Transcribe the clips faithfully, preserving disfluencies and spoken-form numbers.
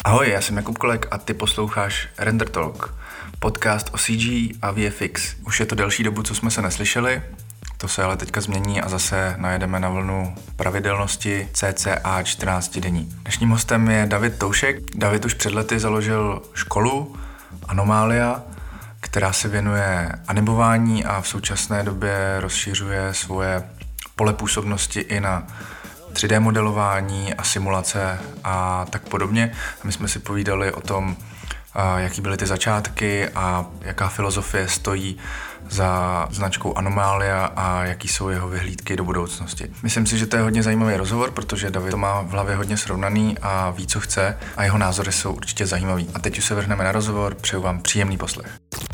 Ahoj, já jsem Jakub Kolek a ty posloucháš Render Talk, podcast o C G a V F X. Už je to delší dobu, co jsme se neslyšeli, to se ale teďka změní a zase najedeme na vlnu pravidelnosti cca čtrnáct denní. Dnešním hostem je David Toušek. David už před lety založil školu Anomália, která se věnuje animování a v současné době rozšiřuje svoje pole působnosti i na tři dé modelování a simulace a tak podobně. A my jsme si povídali o tom, jaký byly ty začátky a jaká filozofie stojí za značkou Anomália a jaký jsou jeho vyhlídky do budoucnosti. Myslím si, že to je hodně zajímavý rozhovor, protože David to má v hlavě hodně srovnaný a ví, co chce a jeho názory jsou určitě zajímavý. A teď už se vrhneme na rozhovor, přeju vám příjemný poslech.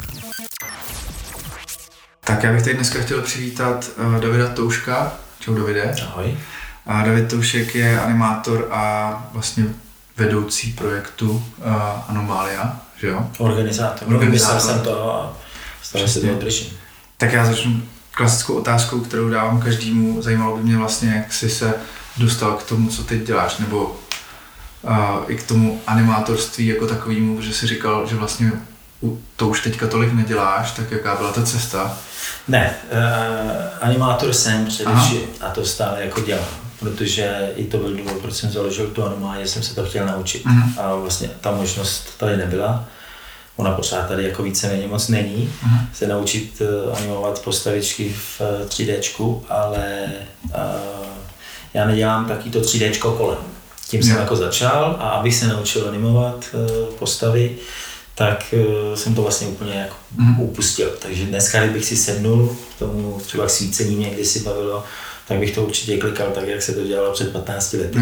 Tak já bych tady dneska chtěl přivítat uh, Davida Touška. Čau Davide. Ahoj. A David Toušek je animátor a vlastně vedoucí projektu uh, Anomália, že jo? Organizátor. Organizátor. Myslel jsem to a stále se to držím. Tak já začnu klasickou otázkou, kterou dávám každému. Zajímalo by mě vlastně, jak jsi se dostal k tomu, co teď děláš, nebo uh, i k tomu animátorství jako takovému, že jsi říkal, že vlastně to už teďka tolik neděláš, tak jaká byla ta cesta? Ne, uh, animátor jsem především a to stále jako dělám, protože i to byl důvod, proč jsem založil tu Anomálii, jsem se to chtěl naučit. Uh-huh. A vlastně ta možnost tady nebyla. Ona pořád tady jako víceméně moc není, uh-huh. se naučit uh, animovat postavičky v uh, tři déčku, ale uh, já nedělám taky to tři déčko kolem. Tím uh-huh. jsem jako začal a abych se naučil animovat uh, postavy, tak uh, jsem to vlastně úplně jako mm. upustil. Takže dneska, kdybych si sednul k tomu třeba k svícení mě kdysi bavilo, tak bych to určitě klikal tak, jak se to dělalo před patnácti lety.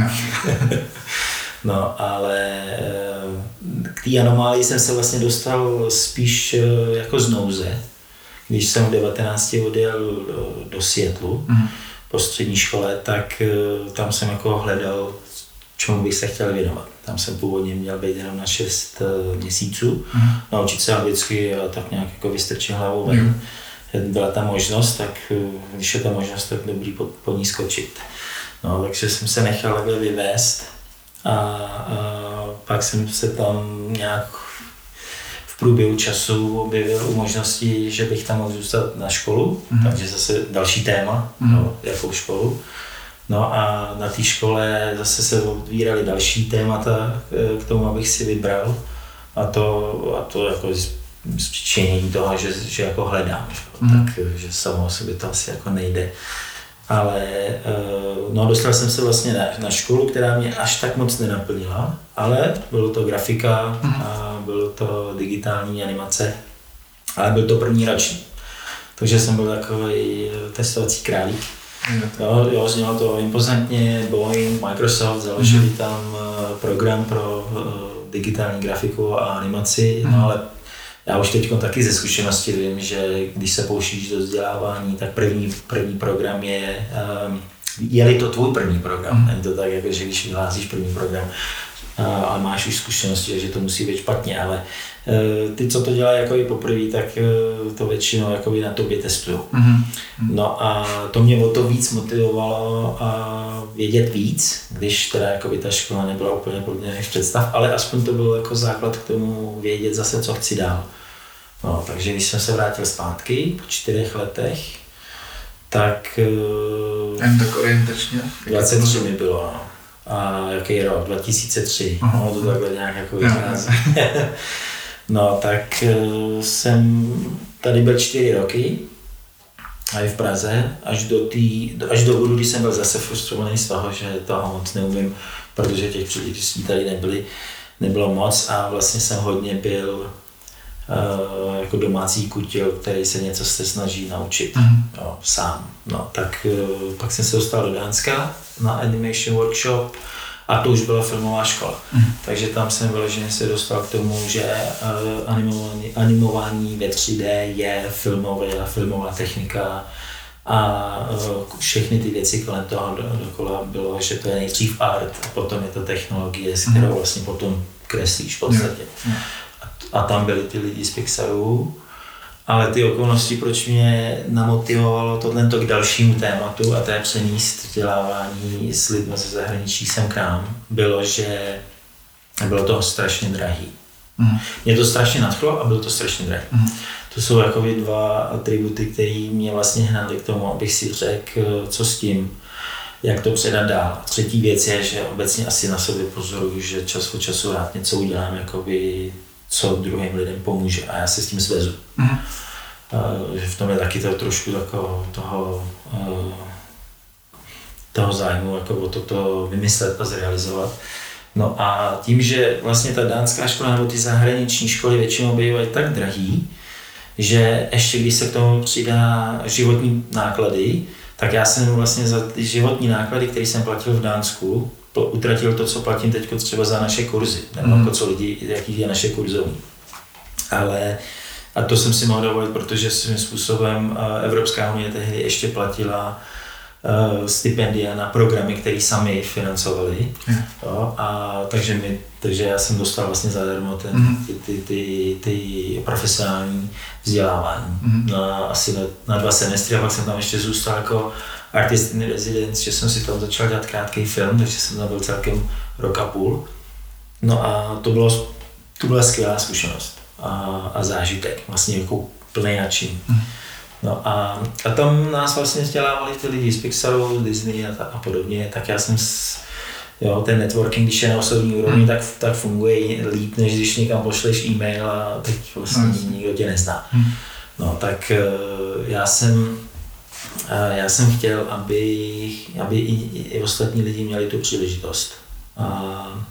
No, ale uh, k té Anomálii jsem se vlastně dostal spíš uh, jako z nouze. Když jsem v devatenácti odjel do, do Seattlu mm. po střední škole, tak uh, tam jsem jako hledal, čemu bych se chtěl věnovat. Tam jsem původně měl být jenom na šest uh, měsíců, mm. naučit se anglicky a tak nějak jako vystrčit hlavou ven. Mm. Byla ta možnost, tak uh, když je ta možnost, tak dobrý po, po ní skočit. No, takže jsem se nechal takhle vyvést a, a pak jsem se tam nějak v průběhu času objevil u možnosti, že bych tam mohl zůstat na školu, mm. takže zase další téma, mm. no, jakou školu. No a na té škole zase se otvíraly další témata k tomu, abych si vybral a to, a to jako z přičinění toho, že, že jako hledám, mm. tak že samo o sobě to asi jako nejde. Ale no, dostal jsem se vlastně na, na školu, která mě až tak moc nenaplnila, ale bylo to grafika mm. a bylo to digitální animace, ale byl to první ročník. Takže jsem byl takový testovací králík. Jo, jo, znělo to impozantně, Boeing, Microsoft založili mm. tam program pro uh, digitální grafiku a animaci, mm. no ale já už teď taky ze zkušenosti vím, že když se pouštíš do vzdělávání, tak první, první program je, um, je-li to tvůj první program, mm. není to tak, jako, že když vyhlásíš první program, uh, ale máš už zkušenosti, že to musí být špatně, ale uh, ty, co to dělají jako i poprvé, tak uh, to většinou jako na tobě testují. Mm. No a to mě o to víc motivovalo a vědět víc, když teda jako by ta škola nebyla úplně podle mých představ, ale aspoň to bylo jako základ k tomu vědět zase, co chci dál. No, takže když jsem se vrátil zpátky po čtyřech letech, tak jen tak orientačně? dvacet tři mi bylo, no. A jaký rok? dva tisíce tři, uh-huh. no to takhle nějak jako vychází. No tak jsem tady byl čtyři roky, a i v Praze, až do, tý, až do bodu, kdy jsem byl zase frustrovaný z toho, že toho moc neumím, protože těch příležitostí tady nebyly, nebylo moc a vlastně jsem hodně byl uh, jako domácí kutil, který se něco se snaží naučit mm. jo, sám. No, tak uh, pak jsem se dostal do Dánska na animation workshop a to už byla filmová škola. Mm. Takže tam jsem vyloženě se dostal k tomu, že uh, animování, animování ve tři dé je filmové, filmová technika a uh, všechny ty věci kolem toho dokola bylo, že to je nejdřív art a potom je to technologie, s kterou vlastně potom kreslíš v podstatě. Mm. A, a tam byli ty lidi z Pixaru. Ale ty okolnosti, proč mě namotivovalo tohle k dalšímu tématu, a to je přenést vzdělávání s lidmi ze zahraničí sem k nám, bylo, že bylo to strašně drahý. Mm. Mě to strašně nadchlo a bylo to strašně drahý. Mm. To jsou jakoby dva atributy, které mě vlastně hnaly k tomu, abych si řekl, co s tím, jak to předat dál. Třetí věc je, že obecně asi na sobě pozoruju, že čas od času rád něco udělám, jakoby, co druhým lidem pomůže a já se s tím svezu. Mm. Uh, že v tom je taky to trošku tako, toho, uh, toho zájmu, jako o toto vymyslet a zrealizovat. No a tím, že vlastně ta dánská škola nebo ty zahraniční školy většinou bývají tak drahý, že ještě když se k tomu přidá životní náklady, tak já jsem vlastně za ty životní náklady, které jsem platil v Dánsku, utratil to, co platím teď třeba za naše kurzy, nebo mm. jako co lidi, jaký je naše kurzovní. Ale a to jsem si mohl dovolit, protože svým způsobem Evropská unie tehdy ještě platila uh, stipendia na programy, které sami financovali. Mm. Jo, a takže, mi, takže já jsem dostal vlastně zadarmo ten, mm. ty, ty, ty, ty profesionální vzdělávání mm. na, asi na, na dva semestry a pak jsem tam ještě zůstal jako artist in residence, že jsem si tam začal dělat krátký film, takže jsem tam byl celkem rok a půl. No a to, bylo, to byla skvělá zkušenost. A, a zážitek, vlastně jako plný nadšení. Mm. No a, a tam nás vlastně vzdělávali ty lidi z Pixaru, Disney a, a podobně, tak já jsem, s, jo, ten networking, když je na osobní úrovni, mm. tak, tak funguje líp, než když někam pošleš e-mail a teď vlastně mm. nikdo tě nezná. Mm. No tak já jsem, já jsem chtěl, aby, aby i, i ostatní lidi měli tu příležitost. A,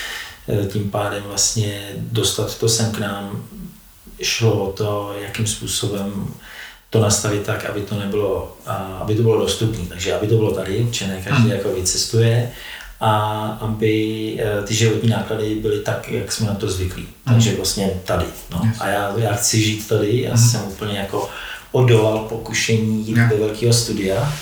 tím pádem vlastně dostat to sem k nám, šlo o to, jakým způsobem to nastavit tak, aby to nebylo, aby to bylo dostupné, takže aby to bylo tady určené, každý jako vycestuje a aby ty životní náklady byly tak, jak jsme na to zvyklí, takže vlastně tady. No. A já, já chci žít tady, já jsem úplně jako odolal pokušení jít do velkého studia,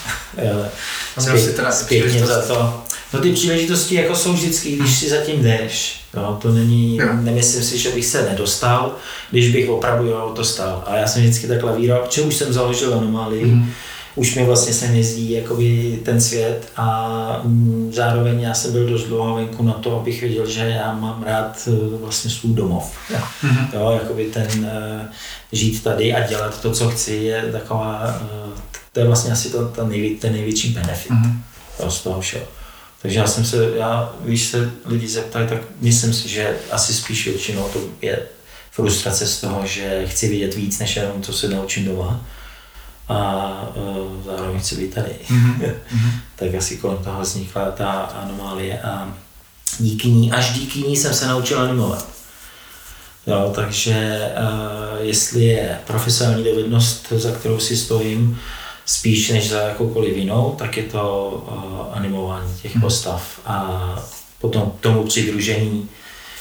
Zpět, zpětně za to. No ty příležitosti jako jsou vždycky, když si zatím jdeš, jo, to není, jo. Nemyslím si, že bych se nedostal, když bych opravdu jo, to stál. A já jsem vždycky tak lavíral, protože už jsem založil Anomálii, mm. už mi vlastně se jezdí jakoby ten svět a m, zároveň já jsem byl dost dlouho venku na to, abych věděl, že já mám rád vlastně svůj domov. Mm. Jo, jakoby ten uh, žít tady a dělat to, co chci, je taková, uh, to je vlastně asi to, to nejvě, ten největší benefit mm. jo, z toho všeho. Takže já jsem se, já, když se lidi zeptají, tak myslím si, že asi spíš většinou to je frustrace z toho, že chci vidět víc, než jenom to se naučím doma a uh, zároveň chci být tady. Mm-hmm. Tak asi kolem toho vznikla ta anomálie a díky ní, až díky ní jsem se naučil animovat. Jo, takže uh, jestli je profesionální dovednost, za kterou si stojím, spíš než za jakoukoliv jinou, tak je to uh, animování těch hmm. postav a potom k tomu přidružení,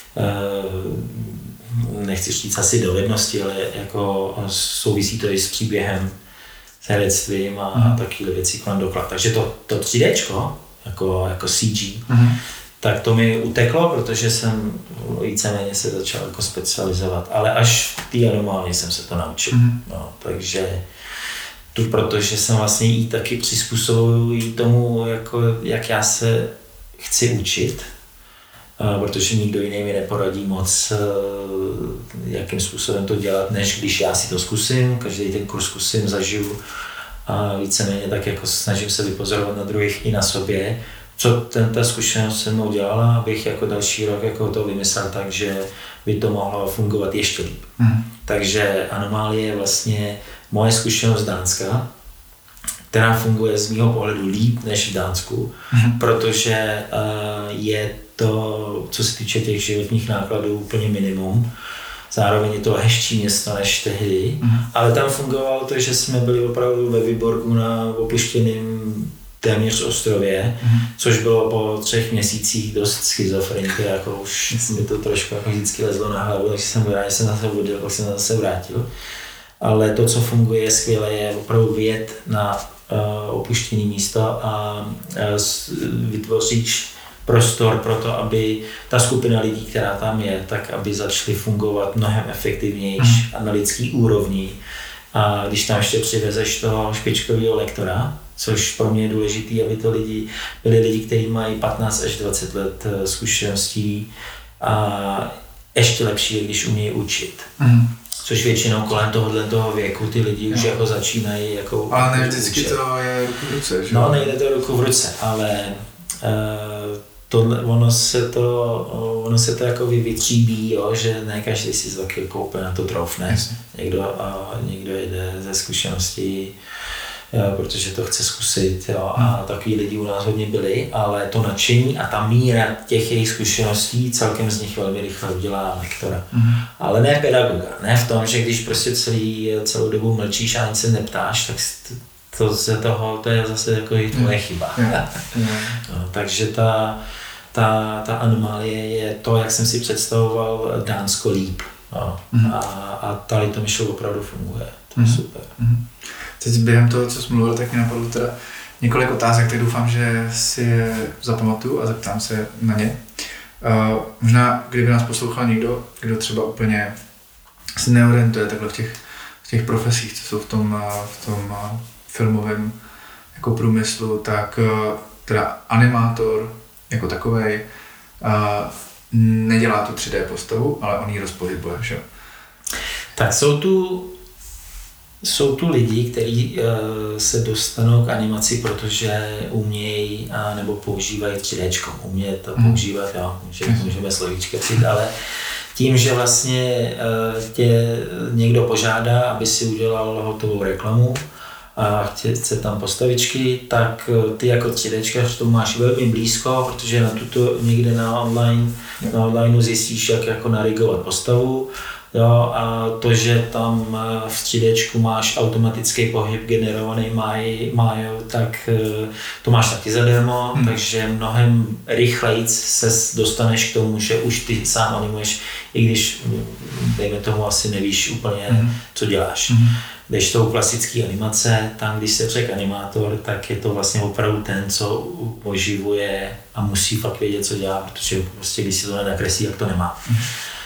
uh, nechci říct asi dovednosti, ale jako souvisí to i s příběhem, s herectvím a, hmm. a takové věci kolem doklad. Takže to, to tři déčko, jako, jako C G, hmm. tak to mi uteklo, protože jsem víceméně se začal jako specializovat, ale až v té anomálii jsem se to naučil. Hmm. No, takže protože jsem vlastně jí taky přizpůsobuji tomu, jako, jak já se chci učit, protože nikdo jiný mi neporadí moc, jakým způsobem to dělat, než když já si to zkusím, každý ten kurz zkusím, zažiju a víceméně tak jako snažím se vypozorovat na druhých i na sobě, co ten, ta zkušenost se mnou dělala, abych jako další rok jako to vymyslel tak, že by to mohlo fungovat ještě líp. Mm. Takže Anomálie je vlastně moje zkušenost z Dánska, která funguje z mého pohledu líp než v Dánsku, mm. protože uh, je to, co se týče těch životních nákladů, úplně minimum. Zároveň je to hezčí město než tehdy, mm. ale tam fungovalo to, že jsme byli opravdu ve Vyborgu na opuštěném téměř ostrově, mm. což bylo po třech měsících dost schizofreniky, jako už mi to trošku jako vždycky lezlo na hlavu, takže jsem rád, že jsem zase odjel, pak jsem zase vrátil. Ale to, co funguje skvěle, je opravdu vyjet na uh, opuštěné místo a uh, vytvořit prostor pro to, aby ta skupina lidí, která tam je, tak aby začaly fungovat mnohem efektivněji mm. na lidský úrovni. A když tam ještě přivezeš toho špičkového lektora, což pro mě je důležité, aby to lidi byli lidi, kteří mají patnáct až dvacet let zkušeností A ještě lepší je, když umějí učit. Mm. Což většinou kolem tohohle toho věku ty lidi už jako začínají jako... Ale ne vždycky učit. To je ruku v ruce, že? No, nejde to ruku v ruce, ale uh, tohle, ono se to, ono se to jako vytříbí, jo, že ne každý si to taky koupí na to troufne. Někdo, uh, někdo jede ze zkušeností, jo, protože to chce zkusit, jo, a takový lidi u nás hodně byli, ale to nadšení a ta míra těch jejich zkušeností celkem z nich velmi rychle udělá lektora. Mm. Ale ne pedagoga, ne v tom, že když prostě celý, celou dobu mlčíš a nic se neptáš, tak to, ze toho, to je zase jako i tvoje mm. chyba. Yeah. Yeah. No, takže ta, ta, ta anomálie je to, jak jsem si představoval Dánsko líp. No. Mm. A, a tady to myšlo opravdu funguje, to je mm. super. Mm. Teď během toho, co jsi mluvil, tak mi napadlo teda několik otázek, tak doufám, že si je zapamatuju a zeptám se na ně. Uh, možná, kdyby nás poslouchal někdo, kdo třeba úplně si neorientuje takhle v těch, v těch profesích, co jsou v tom, v tom filmovém jako průmyslu, tak uh, teda animátor jako takovej uh, nedělá tu tři dé postavu, ale on ji rozpohybuje, že? Tak jsou tu Jsou tu lidi, kteří uh, se dostanou k animaci, protože umějí a nebo používají tři déčko. Umějí to mm. používat, jo, že můžeme slovíčka přijít, ale tím, že vlastně uh, tě někdo požádá, aby si udělal hotovou reklamu a chce tam postavičky, tak ty jako tři déčkař to máš velmi blízko, protože na tuto někde na online, na online zjistíš, jak jako narigovat postavu. Jo, a to, že tam v tři déčku máš automatický pohyb generovaný máj, májo, tak to máš taky zadarmo, hmm. takže mnohem rychleji se dostaneš k tomu, že už ty sám animuješ, i když, dejme tomu, asi nevíš úplně, hmm. co děláš. Hmm. Když to u klasické animace, tam, když se řekl animátor, tak je to vlastně opravdu ten, co oživuje a musí fakt vědět, co dělá, protože prostě, když si to nenakreslí, jak to nemá. Hmm.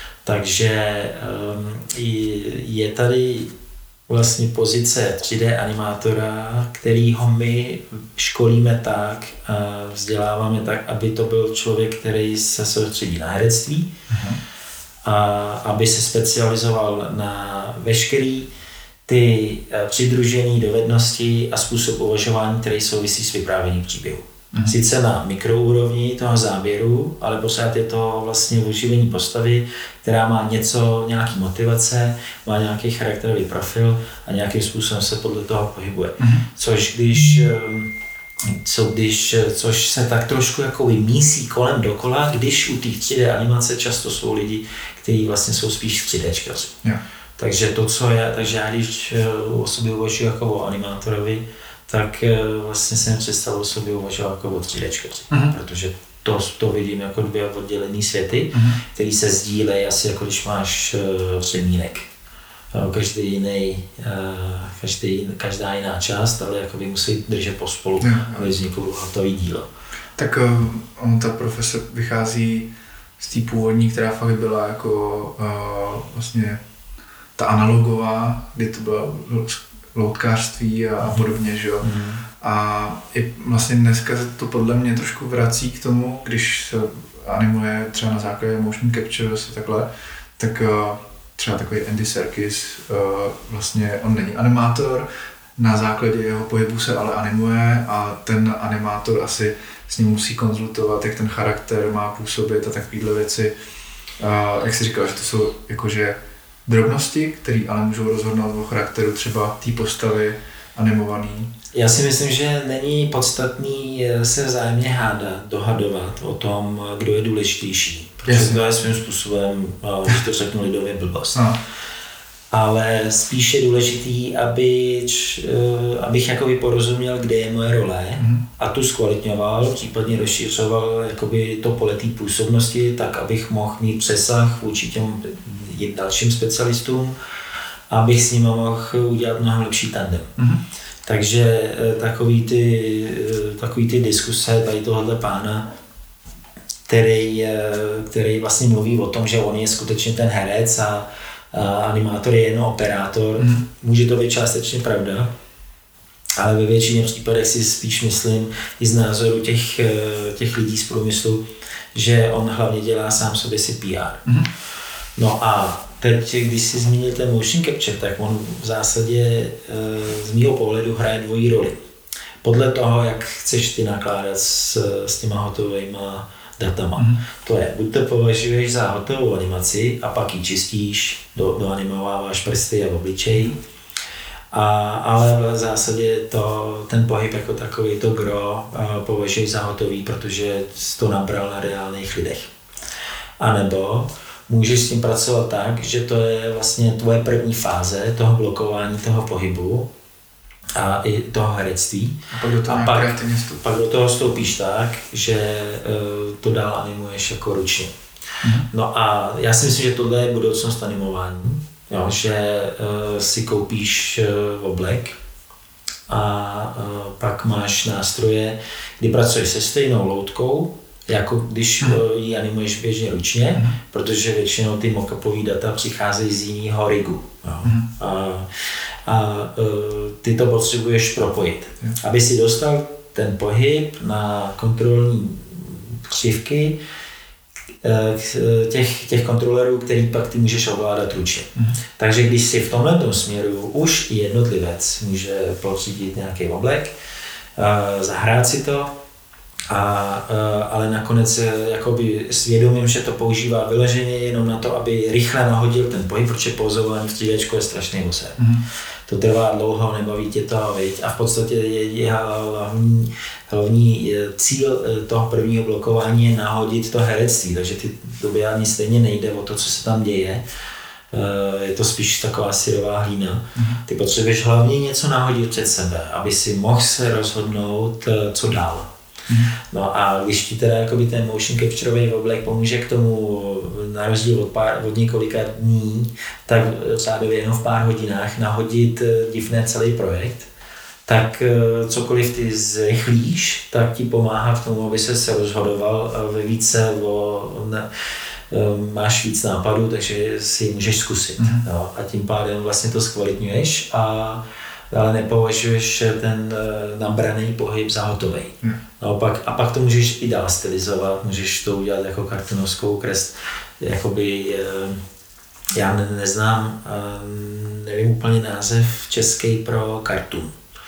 Takže um, je tady vlastně pozice tři dé animátora, kterýho my školíme tak, vzděláváme tak, aby to byl člověk, který se soustředí na herectví, uh-huh. a aby se specializoval na veškerý ty přidružené dovednosti a způsob uvažování, který souvisí s vyprávěním příběhu. Mm. Sice na mikroúrovni toho záběru, ale pořád je to vlastně oživení postavy, která má něco, nějaký motivace, má nějaký charakterový profil a nějakým způsobem se podle toho pohybuje. Mm. Což když, co když, což se tak trošku jako mísí kolem dokola, když u těch tři dé animace často jsou lidi, kteří vlastně jsou spíš tři déčkaři. Yeah. Takže to, co je, takže já když o sobě uvažuji jako o animátorovi, tak vlastně jsem představil o sobě uvažoval jako o tři déčkaři, uh-huh. protože to, to vidím jako dvě oddělené světy, uh-huh. které se sdílejí asi jako když máš uh, řemínek. Každý jiný, uh, každý, každá jiná část, ale jako by musí držet pospolu, uh-huh. aby vzniklo hotový dílo. Tak uh, on, ta profese vychází z té původní, která fakt byla jako uh, vlastně ta analogová, kdy to byla loutkářství a podobně, že jo. Mm. A i vlastně dneska se to podle mě trošku vrací k tomu, když se animuje třeba na základě motion capture a takhle, tak uh, třeba takový Andy Serkis, uh, vlastně on není animátor, na základě jeho pohybu se ale animuje a ten animátor asi s ním musí konzultovat, jak ten charakter má působit a takovýhle věci. Uh, jak jsi říkal, že to jsou jakože drobnosti, které ale můžou rozhodnout o charakteru třeba té postavy animovaný. Já si myslím, že není podstatný se vzájemně hádat, dohadovat o tom, kdo je důležitější. Protože Jasně. to je svým způsobem, když to řeknu lidově, blbost. No. Ale spíš je důležitý, aby, abych jakoby porozuměl, kde je moje role mm. a tu zkvalitňoval, případně rozšířoval jakoby to pole té působnosti, tak abych mohl mít přesah vůči těm dalším specialistům, abych s nimi mohl udělat mnohem lepší tandem. Mm-hmm. Takže takový ty, takový ty diskuse tady tohohle pána, který, který vlastně mluví o tom, že on je skutečně ten herec a, a animátor je jenom operátor, mm-hmm. může to být částečně pravda, ale ve většině případech si spíš myslím i z názoru těch, těch lidí z průmyslu, že on hlavně dělá sám sobě si P R. Mm-hmm. No a teď, když si zmínil ten motion capture, tak on v zásadě z mýho pohledu hraje dvojí roli. Podle toho, jak chceš ty nakládat s, s těma hotovýma datama. Mm-hmm. To je, buď to považuješ za hotovou animaci a pak ji čistíš, do, doanimováváš prsty a obličej, a, ale v zásadě to, ten pohyb jako takový, to gro považuješ za hotový, protože jsi to nabral na reálných lidech. A nebo můžeš s tím pracovat tak, že to je vlastně tvoje první fáze toho blokování toho pohybu a i toho herectví. A pak do toho, a pak, pak do toho stoupíš tak, že uh, to dál animuješ jako ručně. Mm-hmm. No a já si myslím, že tohle je budoucnost animování, jo, že uh, si koupíš uh, oblek a uh, pak máš nástroje, kdy pracuješ se stejnou loutkou, jako když mm. ji animuješ běžně ručně, mm. protože většinou ty mock-upové data přicházejí z jiného rigu. Mm. A, a ty to potřebuješ propojit. Mm. Aby si dostal ten pohyb na kontrolní křivky těch, těch kontrolerů, který pak ty můžeš ovládat ručně. Mm. Takže když si v tomhle směru už i jednotlivec může pořídit nějaký oblek, zahrát si to, A, ale nakonec jakoby svědomím, že to používá vyloženě jenom na to, aby rychle nahodil ten pohyb, protože pozování v tři déčku je strašný muset. Mm-hmm. To trvá dlouho, nebaví tě to, viď? A v podstatě je, je hlavní, hlavní cíl toho prvního blokování je nahodit to herectví, takže ty době ani stejně nejde o to, co se tam děje. Je to spíš taková syrová hlína. Mm-hmm. Ty potřebuješ hlavně něco nahodit před sebe, aby si mohl se rozhodnout, co dál. No a když ti teda jakoby ten motion captureový oblek pomůže k tomu, na rozdíl od, pár, od několika dní, tak řádově jenom v pár hodinách nahodit divné celý projekt, tak cokoliv ty zrychlíš, tak ti pomáhá k tomu, aby se rozhodoval ve více o, ne, máš víc nápadů, takže si můžeš zkusit. Mm-hmm. No, a tím pádem vlastně to zkvalitňuješ, a ale nepovažuješ ten nabraný pohyb za hotový. Hmm. No, pak, a pak to můžeš i dál stylizovat, můžeš to udělat jako kartunovskou kres, jakoby, já ne, neznám, nevím úplně název český pro kartun.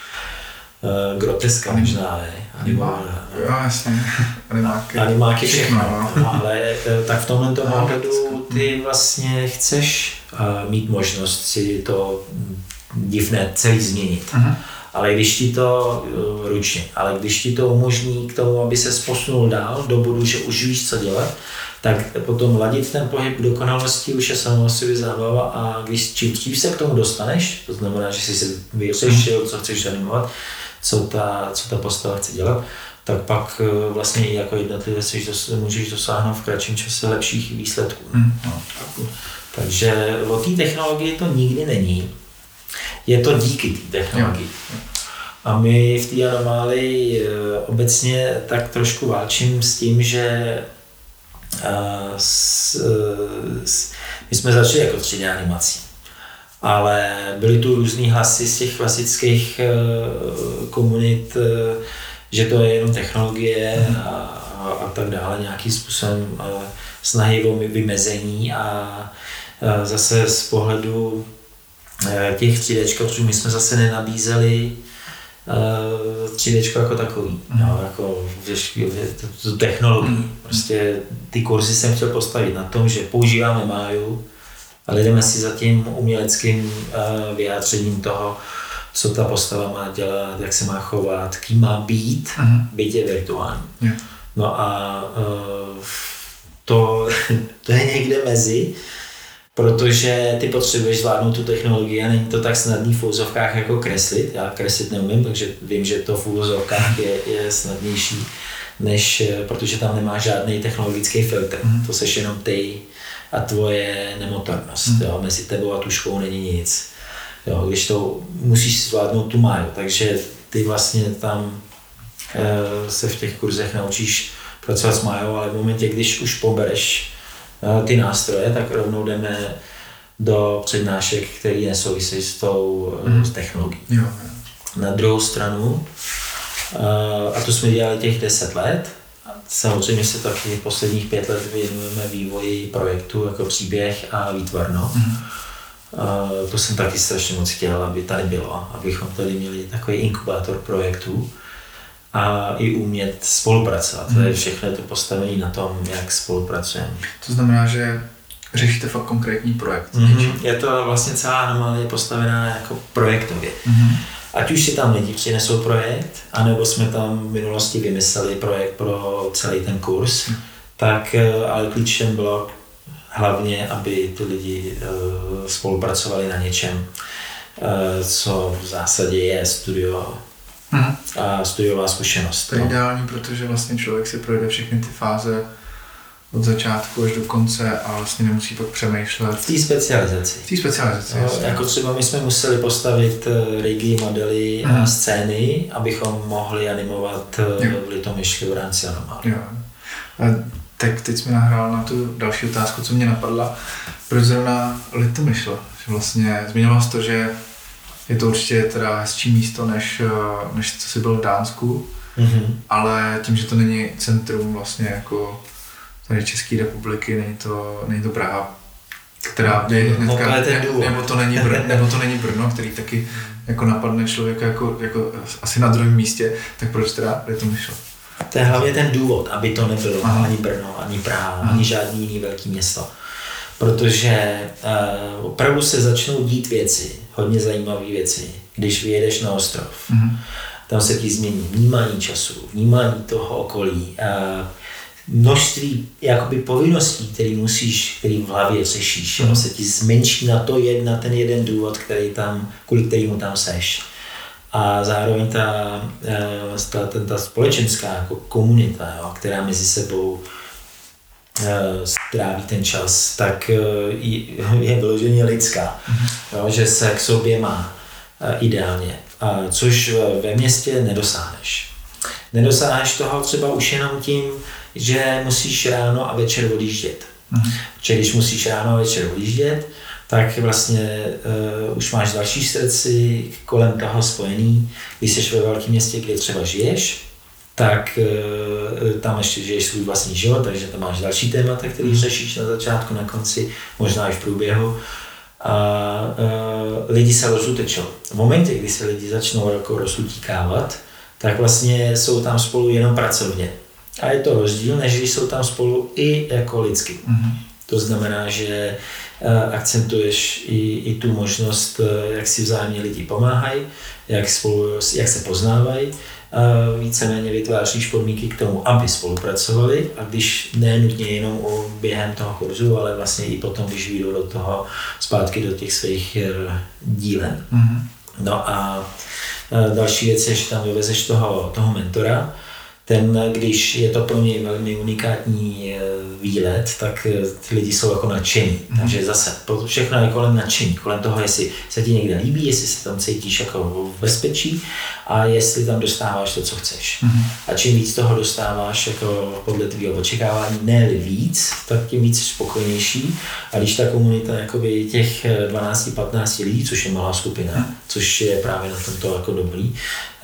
Groteska možná, ne? Animá, jo, jasně. Animáky. Animáky všechno, no, ale tak v tomhle ohledu ty vlastně chceš mít možnost si to divné celý změnit. Uh-huh. Ale když ti to uh, ručně, ale když ti to umožní k tomu, aby se posunul dál do bodu, že už víš, co dělat, tak potom ladit ten pohyb k dokonalosti už je samo o sobě zábava, a když čím dřív se k tomu dostaneš, to znamená, že jsi si vyřešil, co chceš animovat, co ta, co ta postava chce dělat, tak pak uh, vlastně i jako jednotlivec můžeš dosáhnout v kratším čase lepších výsledků. Uh-huh. No. Takže o té technologii to nikdy není. Je to díky té technologii. A my v té anomálii obecně tak trošku válčím s tím, že s, s, my jsme začali jako tři dé animací, ale byly tu různý hlasy z těch klasických komunit, že to je jenom technologie a, a, a tak dále, nějakým způsobem snahy o vymezení, a, a zase z pohledu těch tři déčků, protože my jsme zase nenabízeli uh, tři déčko jako takový, mm. no, jako tu technologii. Mm. Prostě ty kurzy jsem chtěl postavit na tom, že používáme Máju, ale jdeme si za tím uměleckým uh, vyjádřením toho, co ta postava má dělat, jak se má chovat, kým má být, mm. byť je virtuální. Yeah. No a uh, to, to je někde mezi, protože ty potřebuješ zvládnout tu technologii a není to tak snadný v úvozovkách jako kreslit. Já kreslit neumím, takže vím, že to v úvozovkách je, je snadnější, než, protože tam nemá žádný technologický filtr. Mm. To seš jenom ty a tvoje nemotornost. Mm. Jo, mezi tebou a tuškou není nic. Jo, když to musíš zvládnout tu Máju, takže ty vlastně tam e, se v těch kurzech naučíš pracovat s Májou, ale v momentě, když už pobereš ty nástroje, tak rovnou jdeme do přednášek, které nesouvisí s tou mm. technologií. Jo, Na druhou stranu, a to jsme dělali těch deset let, samozřejmě se taky posledních pět let věnujeme vývoji projektu jako příběh a výtvarno. Mm. To jsem taky strašně moc chtěl, aby tady bylo, abychom tady měli takový inkubátor projektů a i umět spolupracovat. Mm. To je všechno to postavení na tom, jak spolupracujeme. To znamená, že řešíte fakt konkrétní projekt. Mm-hmm. Je to vlastně celá anomálie postavená jako projektově. Mm-hmm. Ať už si tam lidi přinesou projekt, anebo jsme tam v minulosti vymysleli projekt pro celý ten kurz, mm. tak ale klíčem bylo hlavně, aby ty lidi uh, spolupracovali na něčem, uh, co v zásadě je studio mm. a studiová zkušenost. To je no. ideální, protože vlastně člověk si projde všechny ty fáze od začátku až do konce a vlastně nemusí pak přemýšlet. V té specializaci. V té specializaci, no, jako třeba my jsme museli postavit rigy, modely a scény, abychom mohli animovat jo. v Litomyšli v rámci Anomálie. Jo. A tak teď jsi mi nahrál na tu další otázku, co mě napadla. Proč zrovna Litomyšl? Vlastně zmiňoval jsi to, že je to určitě teda hezčí místo, než, než co jsi byl v Dánsku, mm-hmm. ale tím, že to není centrum vlastně jako tady České republiky, není to, není to Praha, která je hnedka, ne, nebo, to není Brno, nebo to není Brno, který taky jako napadne člověka jako, jako asi na druhém místě, tak proč teda Litomyšl? To je hlavně ten důvod, aby to nebylo Aha. ani Brno, ani Praha, Aha. ani žádný jiný velký město. Protože uh, opravdu se začnou dít věci, hodně zajímavé věci, když vyjedeš na ostrov. Aha. Tam se ti změní vnímání času, vnímání toho okolí, uh, množství jakoby povinností, které musíš, který v hlavě řešíš, mm. se ti zmenší na to jed, na ten jeden důvod, který tam, kvůli kterému tam seš. A zároveň ta, ta, ta, ta společenská jako komunita, jo, která mezi sebou stráví ten čas, tak je vyloženě lidská, mm. jo, že se k sobě má ideálně, a což ve městě nedosáhneš. Nedosáhneš toho třeba už jenom tím, že musíš ráno a večer odjíždět. Mm. Protože když musíš ráno a večer odjíždět, tak vlastně uh, už máš další srdci kolem toho spojený. Když jsi ve velkém městě, kde třeba žiješ, tak uh, tam ještě žiješ svůj vlastní život, takže tam máš další témata, který mm. řešíš na začátku, na konci, možná i v průběhu. A uh, lidi se rozutečou. V momentě, kdy se lidi začnou jako rozutíkávat, tak vlastně jsou tam spolu jenom pracovně. A je to rozdíl, než když jsou tam spolu i jako lidsky. Mm-hmm. To znamená, že uh, akcentuješ i, i tu možnost, uh, jak si vzájemně lidi pomáhají, jak, spolu, jak se poznávají. Uh, víceméně vytváříš podmínky k tomu, aby spolupracovali, a když ne nutně jenom o během toho kurzu, ale vlastně i potom, když vyjdou do toho zpátky do těch svých uh, dílen. Mm-hmm. No a uh, další věc je, že tam vyvezeš toho, toho mentora. Ten, když je to pro něj velmi unikátní výlet, tak ty lidi jsou jako nadšení. Mm. Takže zase všechno je kolem nadšení, kolem toho, jestli se ti někde líbí, jestli se tam cítíš jako v bezpečí a jestli tam dostáváš to, co chceš. Mm. A čím víc toho dostáváš jako podle tvého očekávání, ne-li víc, tak tím víc spokojenější. A když ta komunita jakoby těch dvanáct patnáct lidí, což je malá skupina, mm. což je právě na tomto jako dobrý,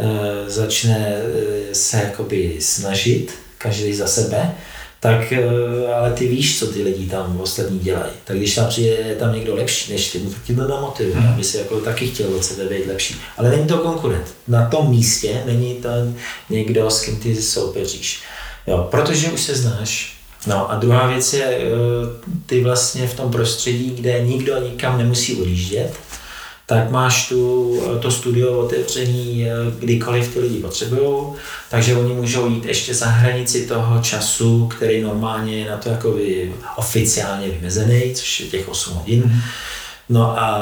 začne se jakoby snažit, každý za sebe, tak ale ty víš, co ty lidi tam ostatní dělají. Tak když tam přijde tam někdo lepší než ty, tak ti to namotivuje, hmm. aby si jako taky chtěl od sebe být lepší. Ale není to konkurent. Na tom místě není tam někdo, s kým ty soupeříš. Jo, protože už se znáš. No a druhá věc je, ty vlastně v tom prostředí, kde nikdo nikam nemusí odjíždět, tak máš tu, to studio otevřený kdykoliv ty lidi potřebují, takže oni můžou jít ještě za hranici toho času, který normálně je na to jakoby oficiálně vymezený, což je těch osm hodin. No a,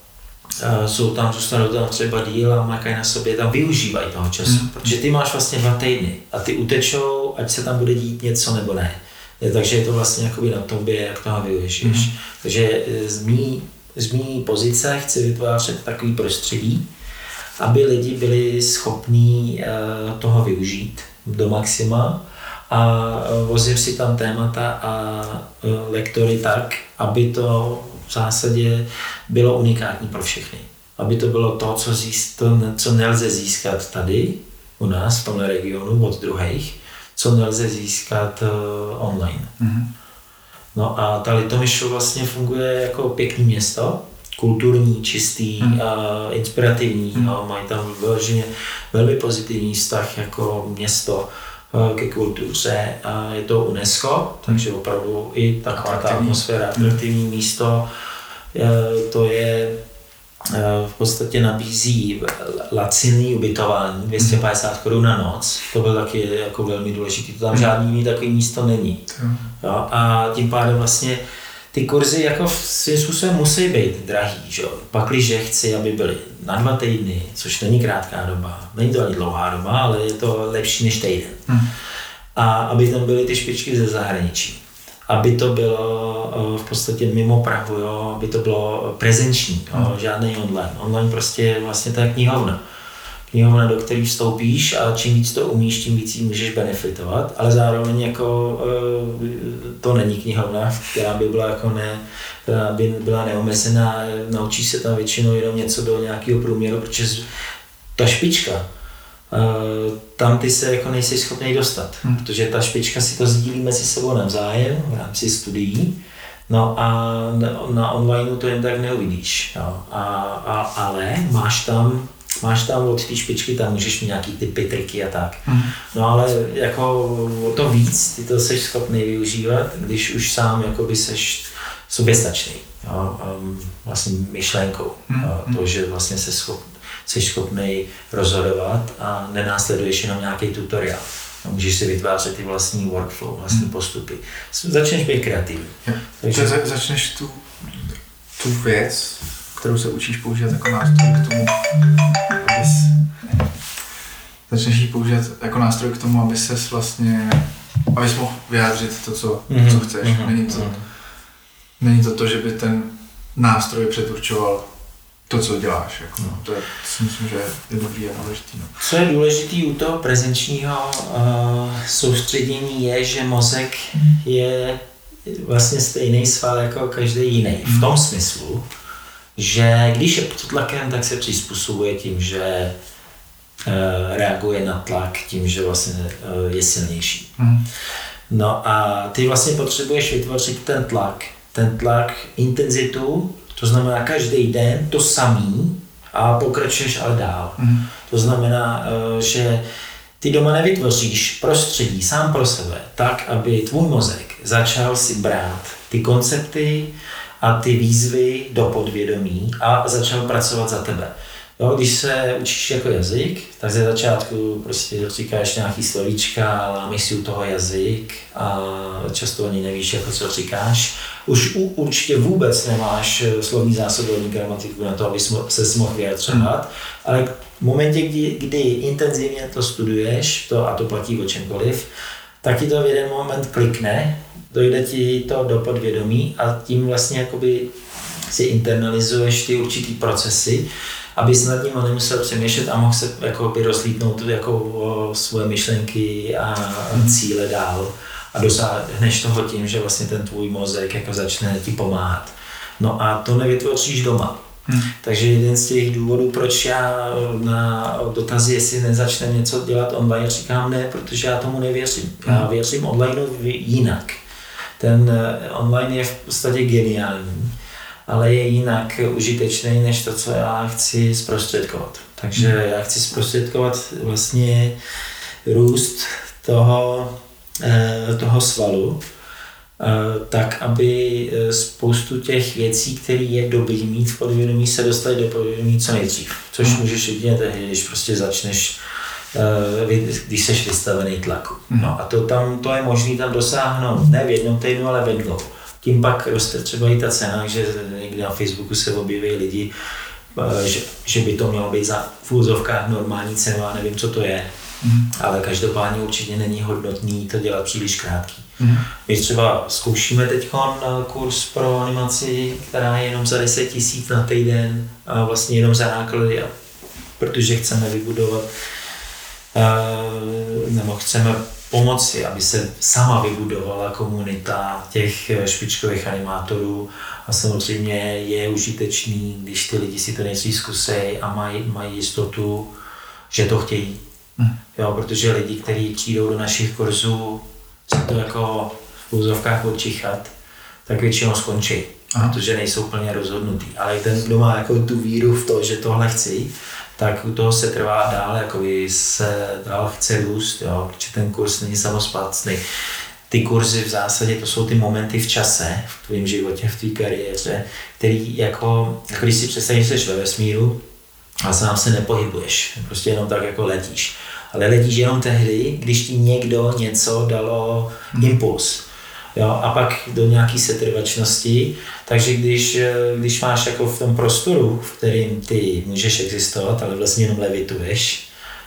a jsou tam, zůstanou tam třeba díl a makají na sobě, tam využívají toho času, mm. protože ty máš vlastně dva týdny a ty utečou, ať se tam bude dít něco nebo ne. Takže je to vlastně jakoby na tobě, jak toho využiješ. Mm. Takže z mý z mý pozice chci vytvářet takový prostředí, aby lidi byli schopní toho využít do maxima a vozím si tam témata a lektory tak, aby to v zásadě bylo unikátní pro všechny. aby to bylo to, co, získ, to, co nelze získat tady u nás v tomhle regionu od druhých, co nelze získat uh, online. Mm-hmm. No a ta Litomyšl vlastně funguje jako pěkný město, kulturní, čistý mm. a inspirativní. Mm. A mají tam vyloženě velmi pozitivní vztah jako město ke kultuře. A je to UNESCO, takže opravdu i taková ta atmosféra, atraktivní místo. To je v podstatě nabízí laciný ubytování, dvě stě padesát korun na noc, to byl taky jako velmi důležitý, to tam žádný takový místo není. Jo? A tím pádem vlastně ty kurzy jako svým způsobem musí být drahý, že? Pakliže chci, aby byly na dva týdny, což není krátká doba, není to ani dlouhá doba, ale je to lepší než týden. Hmm. A aby tam byly ty špičky ze zahraničí. Aby to bylo v podstatě mimo Prahu, jo? Aby to bylo prezenční, jo? Hmm. Žádný online. Online prostě je vlastně ta knihovna. Knihovna, do které vstoupíš a čím víc to umíš, tím víc jí můžeš benefitovat, ale zároveň jako to není knihovna, která by byla jako ne, která by byla neomezená, naučíš se tam většinou jenom něco do nějakého průměru, protože ta špička, tam ty se jako nejsi schopný dostat, hmm. protože ta špička si to sdílí mezi sebou navzájem v rámci studií, no a na onlineu to jen tak neuvidíš, jo. A, a, ale máš tam Máš tam od té špičky, tam můžeš mít nějaký typy, triky a tak. Mm. No ale jako o to víc, ty to jsi schopný využívat, když už sám jakoby seš soběstačný, jo, um, vlastně myšlenkou. Mm. Jo, to, že vlastně se schop, jsi schopný rozhodovat a nenásleduješ jenom nějaký tutoriál. No, můžeš si vytvářet ty vlastní workflow, vlastní mm. postupy. Začneš být kreativní. Takže za, začneš tu, tu věc, kterou se učíš používat jako nástroj k tomu, abys, začneš ji používat jako nástroj k tomu, aby ses vlastně, abys mohl vyjádřit to, co, mm-hmm. co chceš. Mm-hmm. Není to, není to to, že by ten nástroj předurčoval to, co děláš. Jako, no. To je, si myslím, že je dobrý a důležitý. No. Co je důležitý u toho prezenčního uh, soustředění je, že mozek je vlastně stejný sval jako každý jiný. V tom smyslu, že když je pod tlakem, tak se přizpůsobuje tím, že e, reaguje na tlak, tím, že vlastně e, je silnější. Mm. No a ty vlastně potřebuješ vytvořit ten tlak, ten tlak, intenzitu, to znamená každý den to samý a pokračuješ ale dál. Mm. To znamená, e, že ty doma nevytvoříš prostředí sám pro sebe tak, aby tvůj mozek začal si brát ty koncepty a ty výzvy do podvědomí a začal pracovat za tebe. Jo, když se učíš jako jazyk, tak ze začátku prostě říkáš nějaký slovíčka, lámíš si u toho jazyk a často ani nevíš, jako co říkáš. Už u, určitě vůbec nemáš slovní zásobování, gramatiku na to, aby se mohl vyjadřovat, ale v momentě, kdy, kdy intenzivně to studuješ, to, a to platí o čemkoliv, tak ti to v jeden moment klikne, dojde ti to do podvědomí a tím vlastně jakoby si internalizuješ ty určitý procesy, abys nad ním nemusel přemýšlet a mohl se jakoby rozlítnout jako o svoje myšlenky a cíle dál a dosáhneš toho tím, že vlastně ten tvůj mozek jako začne ti pomáhat. No a to nevytvoříš doma. Hmm. Takže jeden z těch důvodů, proč já na dotazy, jestli nezačneme něco dělat online, říkám ne, protože já tomu nevěřím. Já věřím online jinak. Ten online je v podstatě geniální, ale je jinak užitečný než to, co já chci zprostředkovat. Takže já chci zprostředkovat vlastně růst toho, toho svalu, tak, aby spoustu těch věcí, které je dobrý mít v podvědomí, se dostaly do podvědomí co nejdřív. Což můžeš jedině tehdy, když prostě začneš, když jsi vystavený tlaku. No a to, tam, to je možné tam dosáhnout ne v jednom týdnu, ale ve dvou. Tím pak roste třeba i ta cena, že někdy na Facebooku se objeví lidi, že, že by to mělo být za v úzovkách normální cenu, a nevím, co to je. Mm. Ale každopádně určitě není hodnotný to dělat příliš krátký. Mm. My třeba zkoušíme teď kurz pro animaci, která je jenom za deset tisíc na týden a vlastně jenom za náklady, protože chceme vybudovat nebo chceme pomoci, aby se sama vybudovala komunita těch špičkových animátorů a samozřejmě je užitečný, když ty lidi si to nejdřív zkusej a mají, mají jistotu, že to chtějí. Hmm. Jo, protože lidi, kteří přijdou do našich kurzů, se to jako v úzovkách odčichat, tak většinou skončí, Aha. protože nejsou plně rozhodnutý. Ale ten, kdo má jako tu víru v to, že tohle chci, tak u toho se trvá dál, jako se dál chce růst, jo, protože ten kurz není samospásný. Ty kurzy v zásadě to jsou ty momenty v čase, v tvém životě, v tvý kariéře, který jako, jako když si představíš, že jsi ve vesmíru a sám se nepohybuješ, prostě jenom tak jako letíš. Ale letíš jenom tehdy, když ti někdo něco dalo impuls. Jo, a pak do nějaký setrvačnosti, takže když, když máš jako v tom prostoru, v kterém ty můžeš existovat, ale vlastně jenom levituješ,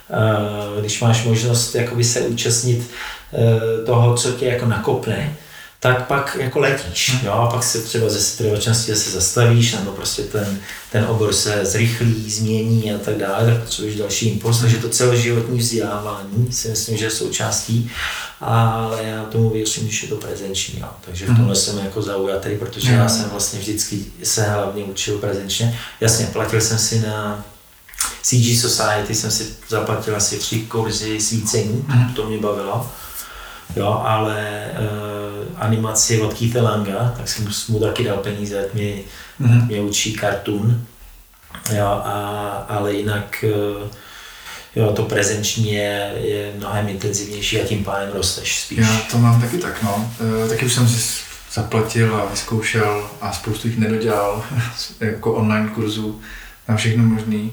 když máš možnost jakoby se účastnit toho, co tě jako nakopne, tak pak jako letíš, jo, a pak se třeba ze setrvačnosti zase zastavíš, nebo prostě ten, ten obor se zrychlí, změní a tak dále, tak potřebuješ další impuls, takže to celoživotní vzdělávání si myslím, že je součástí, ale já tomu věřím, když je to prezenční, jo. Takže v tomhle jsem jako zaujatý, protože já jsem vlastně vždycky se hlavně učil prezenčně. Jasně, platil jsem si na C G Society, jsem si zaplatil asi tři kurzy svícení, to mě bavilo. Jo, ale uh, animaci od Keitha Langa, tak jsem mu taky dal peníze, ať mě, mm-hmm. mě učí cartoon, jo, a, ale jinak uh, jo, to prezenční je, je mnohem intenzivnější a tím pádem rosteš spíš. Já to mám taky tak, no. E, taky už jsem si zaplatil a vyzkoušel a spoustu jich nedodělal, jako online kurzů na všechno možný.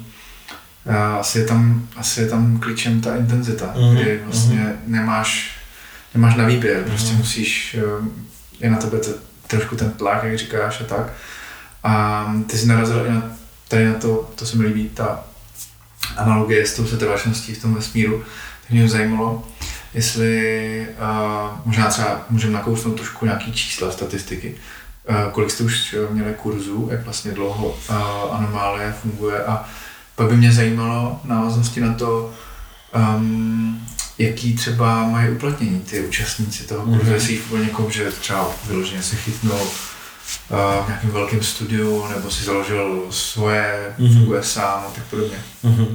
A asi je tam, asi je tam klíčem ta intenzita, mm-hmm. kdy vlastně mm-hmm. nemáš nemáš na výběr, prostě mm. musíš, je na tebe t- trošku ten tlak, jak říkáš a tak. A ty jsi narazil i na, tady na to, to se mi líbí, ta analogie s tou setrvačností v tom vesmíru, tak mě zajímalo, jestli uh, možná třeba můžeme nakousnout trošku nějaký čísla, statistiky. Uh, kolik jste už měli kurzů, jak vlastně dlouho uh, Anomálie funguje a pak by mě zajímalo v návaznosti na to, um, jaký třeba mají uplatnění ty účastníci toho kurzu, mm-hmm. jestli jich bylo někoho, že třeba vyloženě se chytnul uh, v nějakém velkém studiu, nebo si založil svoje, mm-hmm. funguje sám a tak podobně. Mm-hmm.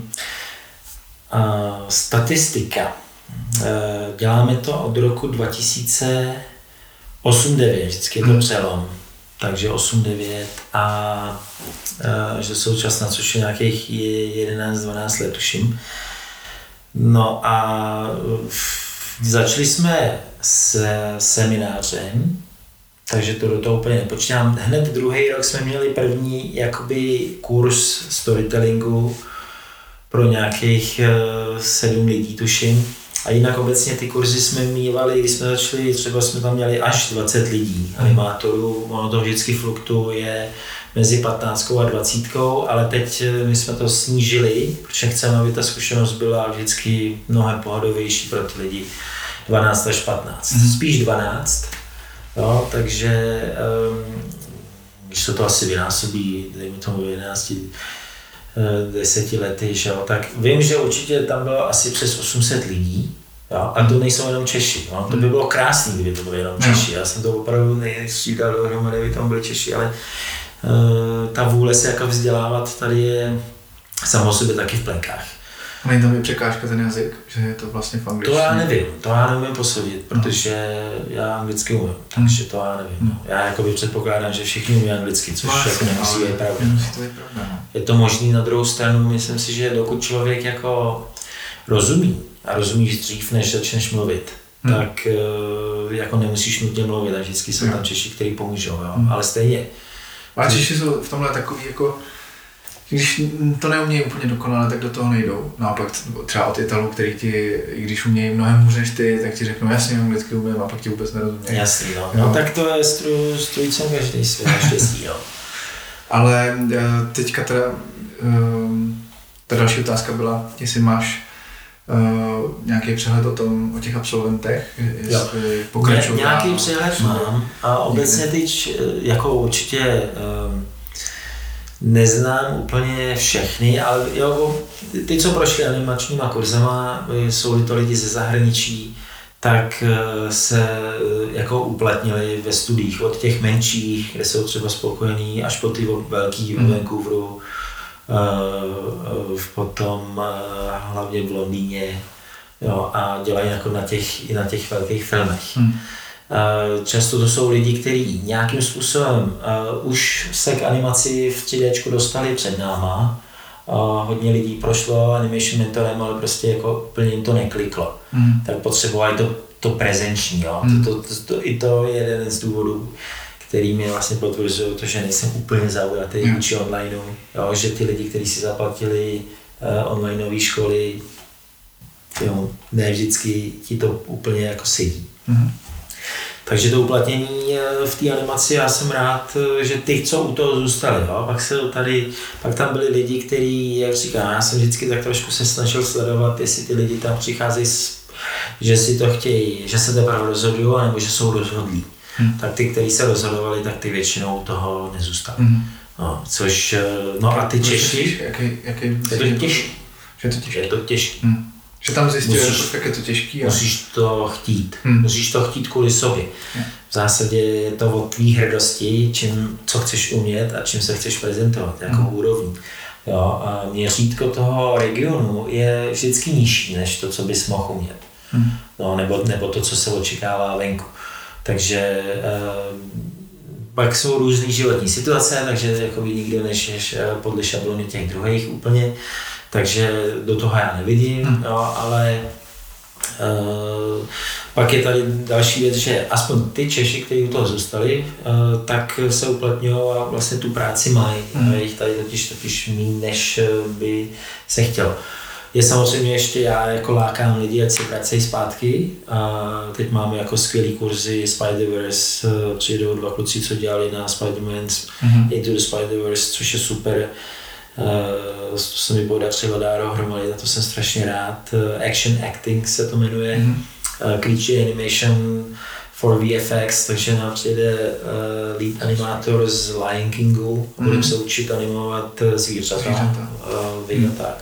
Uh, statistika. Uh, děláme to od roku dva tisíce osm devět, vždycky je to mm. přelom. Takže osm devět a uh, že současná, což je nějakých jedenáct dvanáct let, tuším. No a začali jsme s seminářem, takže to do toho úplně nepočítám. Hned druhý rok jsme měli první jakoby kurz storytellingu pro nějakých sedm lidí, tuším. A jinak obecně ty kurzy jsme mívali, když jsme začali, třeba jsme tam měli až dvacet lidí, animátorů, ono to vždycky fluktuje mezi patnáctkou a dvacítkou, ale teď my jsme to snížili, protože chceme, aby ta zkušenost byla vždycky mnohem pohodovější pro ty lidi, dvanáct až patnáct, mm. spíš dvanáct, jo, takže um, když se to asi vynásobí, dejme tomu jedenáct, deseti lety, že jo, tak vím, že určitě tam bylo asi přes osm set lidí, jo, a to nejsou jenom Češi, no, to by bylo krásný, kdyby to bylo jenom Češi, já jsem to opravdu nejstřídal dohromady, kdyby tam byli Češi, ale uh, ta vůle se jako vzdělávat tady je samo sobě taky v plenkách. A není tam je překážka ten jazyk, že je to vlastně v angličtině? To já nevím, to já nevím posoudit, protože no. já anglicky umím, takže to já nevím. No. Já jakoby předpokládám, že všichni umí anglicky, což Vlastně, jako nemusí být pravda. To je, pravda no. je to možný, na druhou stranu, myslím si, že dokud člověk jako rozumí a rozumíš dřív, než začneš mluvit, hmm. tak jako nemusíš nutně mluvit a vždycky jsou tam Češi, kteří pomůžou, jo? Hmm. ale stejně. A Češi jsou v tomhle takový jako když to neumějí úplně dokonale, tak do toho nejdou. Naopak třeba od Italů, který ti, i když umějí mnohem hůř než ty, tak ti řeknou jasně, anglicky umím a pak ti vůbec nerozumějí. Jasný, no. no. tak to je stroj, strojcem každý svět, štěstí, jo. Ale teďka teda, ta další otázka byla, jestli máš uh, nějaký přehled o tom, o těch absolventech, jestli pokračují. Ně, nějaký přehled mám a obecně teď jako určitě um, neznám úplně všechny, ale jo, ty, co prošli animačníma kurzama, jsou to lidi ze zahraničí, tak se jako uplatnili ve studiích od těch menších, kde jsou třeba spokojení, až po ty velký v Vancouveru, potom hlavně v Londýně, jo, a dělají jako na těch, i na těch velkých filmech. Hmm. Často to jsou lidi, kteří nějakým způsobem už se k animaci v tři déčku dostali před náma. Hodně lidí prošlo animation mentorem, ale prostě jako úplně jim to nekliklo. Hmm. Tak potřebovali to, to prezenční. Jo. Hmm. To, to, to, I to je jeden z důvodů, který mě vlastně potvrzují to, že nejsem úplně zaujatý hmm. vůči onlineu. Jo, že ty lidi, kteří si zaplatili uh, onlineové školy, jo, ne vždycky ti to úplně jako sedí. Hmm. Takže to uplatnění v té animaci, já jsem rád, že ty, co u toho zůstali, jo? Pak, se tady, pak tam byli lidi, kteří, jak říkám, já jsem vždycky tak trošku se snažil sledovat, jestli ty lidi tam přicházejí, že si to chtějí, že se teprve rozhodují, nebo že jsou rozhodlí. Hmm. Tak ty, kteří se rozhodovali, tak ty většinou toho nezůstali. Hmm. No, což, no a ty Češi, jaký, jaký, je to těžké. Je to těžké. Je to těžké. Hmm. Že tam zjistíš, jak je to těžký. Musíš to chtít. Hmm. Musíš to chtít kvůli sobě. Hmm. V zásadě je to o tvý hrdosti, čím, co chceš umět a čím se chceš prezentovat, jakou hmm. úrovní. Jo, a měřítko toho regionu je vždycky nižší, než to, co bys mohl umět. Hmm. No, nebo, nebo to, co se očekává venku. Takže eh, pak jsou různý životní situace, takže jakoby nikdo než podle šablony těch druhých úplně. Takže do toho já nevidím, hmm. jo, ale uh, pak je tady další věc, že aspoň ty Češi, kteří u toho zůstali, uh, tak se uplatňují a vlastně tu práci mají. Hmm. Je jich tady totiž, totiž méně, než by se chtělo. Je samozřejmě ještě, já jako lákám lidi, ať si vracejí zpátky. A teď máme jako skvělý kurzy Spider-Verse, přijdou dva kluci, co dělali na Spider-Man hmm. Into the Spider-Verse, což je super. Uh, to se mi podařilo dát dohromady, na to jsem strašně rád. Uh, Action Acting se to jmenuje, mm-hmm. uh, Creature Animation for V F X, takže nám přijde uh, lead animátor z Lion Kingu, mm-hmm. budeme se učit animovat zvířata, uh, mm-hmm. tak.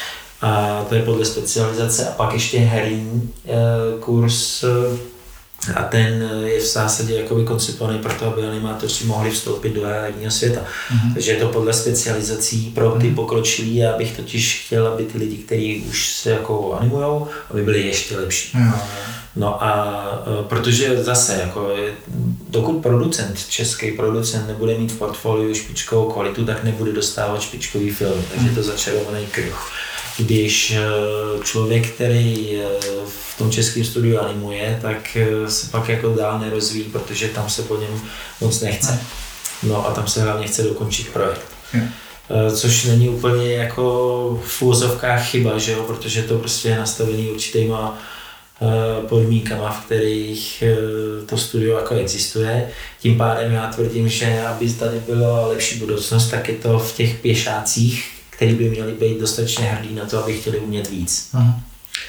A to je podle specializace. A pak ještě herní uh, kurz, uh, a ten je v zásadě jakoby koncipovaný pro to, aby animátoři mohli vstoupit do herního světa. Mm-hmm. Takže je to podle specializací pro ty pokročilí, a abych totiž chtěl, aby ty lidi, kteří už se jako animujou, aby byli ještě lepší. Mm-hmm. No a protože zase, jako, dokud producent, český producent nebude mít v portfoliu špičkovou kvalitu, tak nebude dostávat špičkový film, takže to začarovaný kruh. Když člověk, který v tom českém studiu animuje, tak se pak jako dál nerozvíjí, protože tam se po něm moc nechce. No a tam se hlavně chce dokončit projekt. Hmm. Což není úplně jako v úvozovkách chyba, že jo? Protože to prostě je nastavený určitýma podmínkama, v kterých to studio jako existuje. Tím pádem já tvrdím, že aby tady byla lepší budoucnost, tak je to v těch pěšácích, který by měli být dostatečně hrdí na to, aby chtěli umět víc. Aha.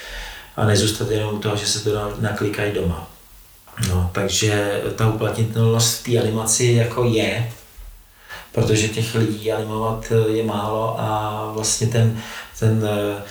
A nezůstat jenom u toho, že se to naklikají doma. No, takže ta uplatnitelnost v té animaci jako je, protože těch lidí animovat je málo a vlastně ten, ten,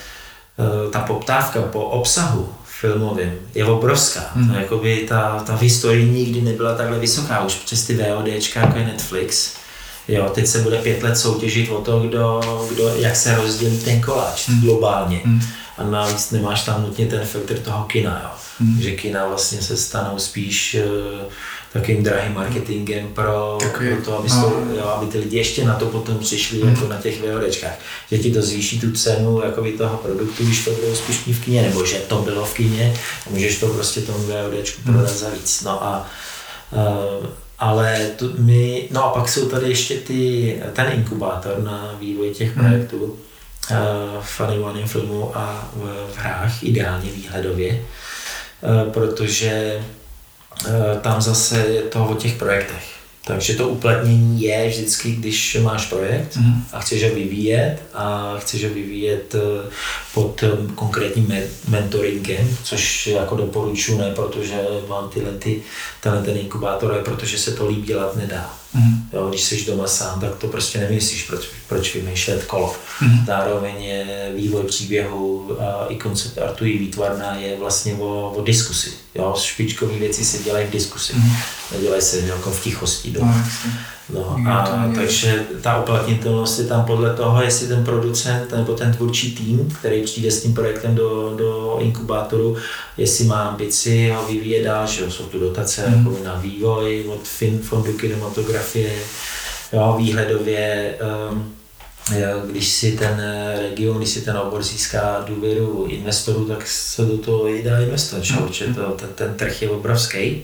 ta poptávka po obsahu filmovým je obrovská. Hmm. To, jakoby ta, ta v historii nikdy nebyla takhle vysoká, už přes ty VODčka, jako je Netflix. Jo, teď se bude pět let soutěžit o to, kdo, kdo, jak se rozdělí ten koláč hmm. globálně. Hmm. A navíc nemáš tam nutně ten filtr toho kina. Jo. Hmm. Že kina vlastně se stanou spíš uh, takovým drahým marketingem pro, pro to, aby, no. to, jo, aby ty lidi ještě na to potom přišli hmm. jako na těch VODčkách. Že ti to zvýší tu cenu jakoby toho produktu, když to bylo úspěšný v kině, nebo že to bylo v kině a můžeš to prostě tomu VODčku hmm. prodat za víc. No a uh, ale tu, my, no a pak jsou tady ještě ty, ten inkubátor na vývoj těch projektů hmm. uh, v animovaném filmu a v, v hrách, ideálně výhledově, uh, protože uh, tam zase je to o těch projektech. Takže to uplatnění je vždycky, když máš projekt mm. a chceš ho vyvíjet a chceš ho vyvíjet pod konkrétním mentoringem, což jako doporučuji, ne protože mám tyhle ty, tenhle ten inkubátor, ale protože se to líp dělat nedá. Mm. Jo, když jsi doma sám, tak to prostě nemyslíš, proč, proč vymýšlet kolo. Mm. Zároveň je vývoj příběhu a i koncept artu, i výtvarná je vlastně o, o diskusi. Jo, špičkové věci se dělají v diskusi, mm. nedělají se jako v tichosti doma. No, no, a takže ta uplatnitelnost je tam podle toho, jestli ten producent nebo ten tvůrčí tým, který přijde s tím projektem do, do inkubátoru, jestli má ambici ho vyvíjet dál, že jo, jsou tu dotace mm. jako na vývoj od fin, fondu kinematografie, jo, výhledově, um, když si ten region, když si ten obor získá důvěru investorů, tak se do toho i dá investovat, mm. že to, ten, ten trh je obrovský.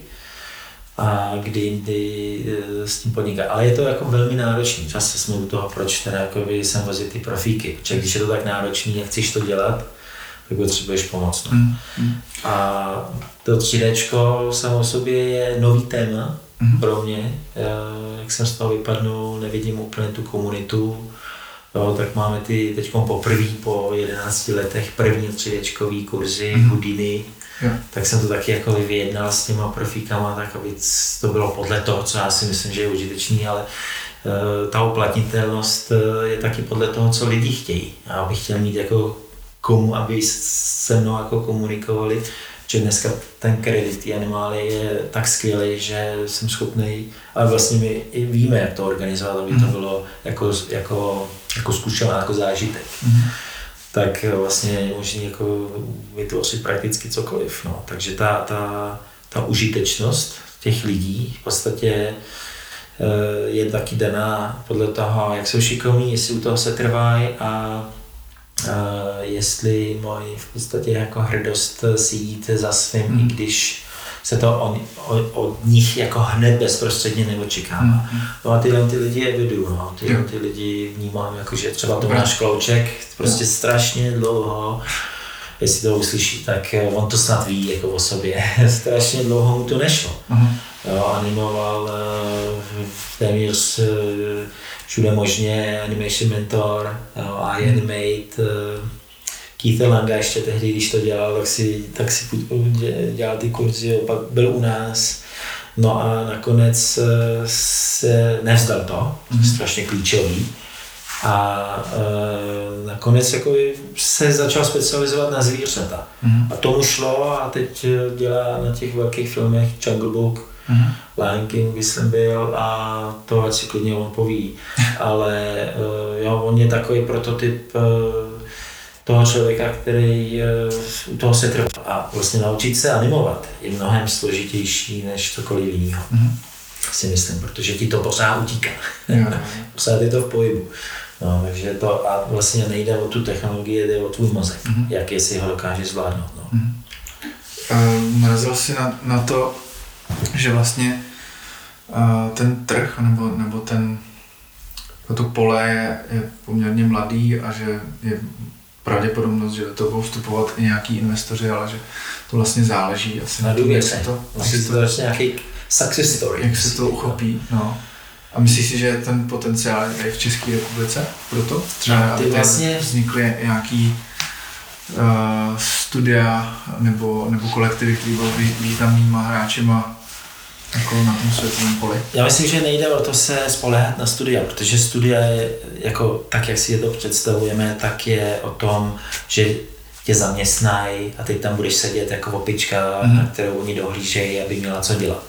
A kdy jindy s tím podniká. Ale je to jako velmi náročný. Zase jsme u toho, proč teda jako jsem vozit ty profíky. Protože když je to tak náročný, jak chceš to dělat, tak potřebuješ pomoc. No. Mm, mm. A to tři déčko samo o sobě je nový téma mm. pro mě. Jak jsem z toho vypadnul, nevidím úplně tu komunitu. Jo, tak máme ty teď poprvé po jedenácti letech první třiděčkový kurzy mm. Houdini. Yeah. Tak jsem to taky jako vyjednal s těma profíkama, tak aby to bylo podle toho, co já si myslím, že je užitečný, ale uh, ta uplatnitelnost uh, je taky podle toho, co lidi chtějí. Já bych chtěl mít jako komu, aby se mnou jako komunikovali, že dneska ten kredit té animály je tak skvělý, že jsem schopný, ale vlastně my i víme, jak to organizovat, aby to bylo jako, jako, jako zkušenost, jako zážitek. Mm-hmm. Tak vlastně je možné jako vytvořit prakticky cokoliv. No. Takže ta, ta, ta užitečnost těch lidí v podstatě je taky daná podle toho, jak jsou šikovní, jestli u toho se trvají a, a jestli mají v podstatě jako hrdost si jít za svým, hmm. i když se to od, od, od nich jako hned bezprostředně neočekává. Mm. No a tyhle ty lidi je vedu, no. Tyhle ty lidi vnímám jako, že třeba Tomáš Klouček prostě strašně dlouho, jestli to uslyší, tak on to snad ví jako o sobě, strašně dlouho mu to nešlo. Mm. Jo, animoval téměř všude možně, Animation Mentor, jo, iAnimate, Keith Langa ještě tehdy, když to dělal, tak si, tak si dělal ty kurzy, pak byl u nás. No a nakonec se nevzdal to, mm-hmm. strašně klíčový. A e, nakonec jako se začal specializovat na zvířata. Mm-hmm. A tomu šlo a teď dělá na těch velkých filmech Jungle Book, mm-hmm. Lion King, myslím byl, a to ať si klidně on poví. Ale e, jo, on je takový prototyp e, toho člověka, který u toho se trvá. A vlastně naučit se animovat je mnohem složitější než cokoliv jiného. Mm-hmm. Si myslím, protože ti to pořád utíká. Yeah. Pořád je to v pohybu. No, takže to a vlastně nejde o tu technologii, jde o tvůj mozek, mm-hmm. jak jestli ho dokáže zvládnout. No. Mm-hmm. Uh, narazil jsi na, na to, že vlastně uh, ten trh nebo, nebo ten to pole je, je poměrně mladý a že je pravděpodobnost, že do toho budou vstupovat i nějaký investoři, ale že to vlastně záleží asi na důvěře. To, asi to začne nějaký success story. Jak se to uchopí, no. A myslíš si, že ten potenciál je v České republice proto? Třeba no, aby vlastně vznikly nějaký uh, studia nebo, nebo kolektivy, který budou významnýma hráčima jako na tom světovém poli? Já myslím, že nejde o to se spoléhat na studia, protože studia je, jako, tak jak si je to představujeme, tak je o tom, že tě zaměstnají a teď tam budeš sedět jako opička, mm. na kterou oni dohlížejí, aby měla co dělat.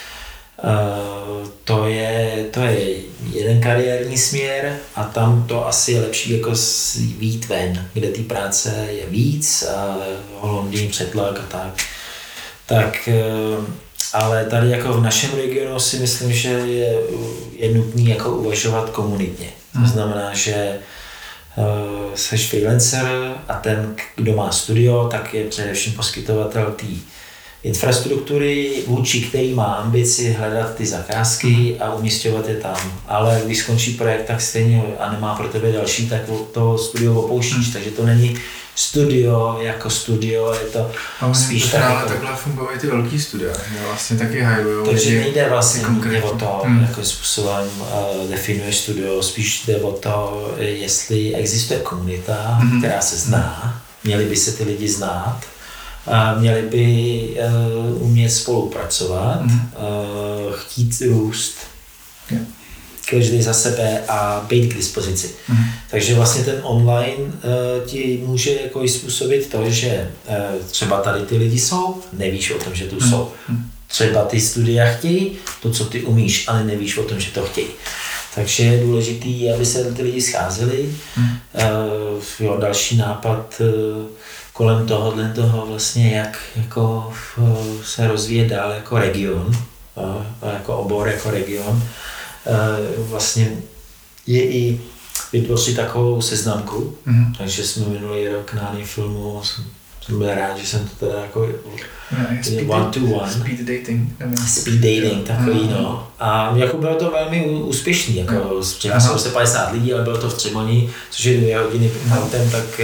Uh, to, je, to je jeden kariérní směr a tam to asi je lepší jako vyjít ven, kde ty práce je víc a Londýn, přetlak a tak. Tak uh, ale tady jako v našem regionu si myslím, že je, je nutný jako uvažovat komunitně. To znamená, že uh, seš freelancer a ten, kdo má studio, tak je především poskytovatel té infrastruktury, vůči který má ambici hledat ty zakázky a umísťovat je tam. Ale když skončí projekt, tak stejně a nemá pro tebe další, tak to studio opouštíš, takže to není studio jako studio, je to ale spíš to tak jako... takhle fungují ty velký studia, že vlastně taky hajujou. Takže nejde vlastně o to, hmm. jakým způsobem uh, definuješ studio, spíš jde o to, jestli existuje komunita, hmm. která se zná, měli by se ty lidi znát, a měli by uh, umět spolupracovat, hmm. uh, chtít růst Yeah. Každý za sebe a být k dispozici. Mm. Takže vlastně ten online uh, ti může jako i způsobit to, že uh, třeba tady ty lidi jsou, nevíš o tom, že tu mm. jsou. Třeba ty studia chtějí to, co ty umíš, ale nevíš o tom, že to chtějí. Takže je důležitý, aby se ty lidi scházeli. Mm. Uh, jo, další nápad uh, kolem tohohle toho vlastně, jak jako, uh, se rozvíjet dál jako region, uh, jako obor, jako region. Uh, vlastně je i vytvořit takovou seznamku, mm. takže jsme minulý rok na Ani filmu, jsem byl rád, že jsem to teda jako yeah, one to one. Speed dating. Speed dating, takový mm. no. A jako bylo to velmi úspěšný, jako přihlásilo se padesát lidí, ale bylo to v Třemoni, což je dvě hodiny autem, tak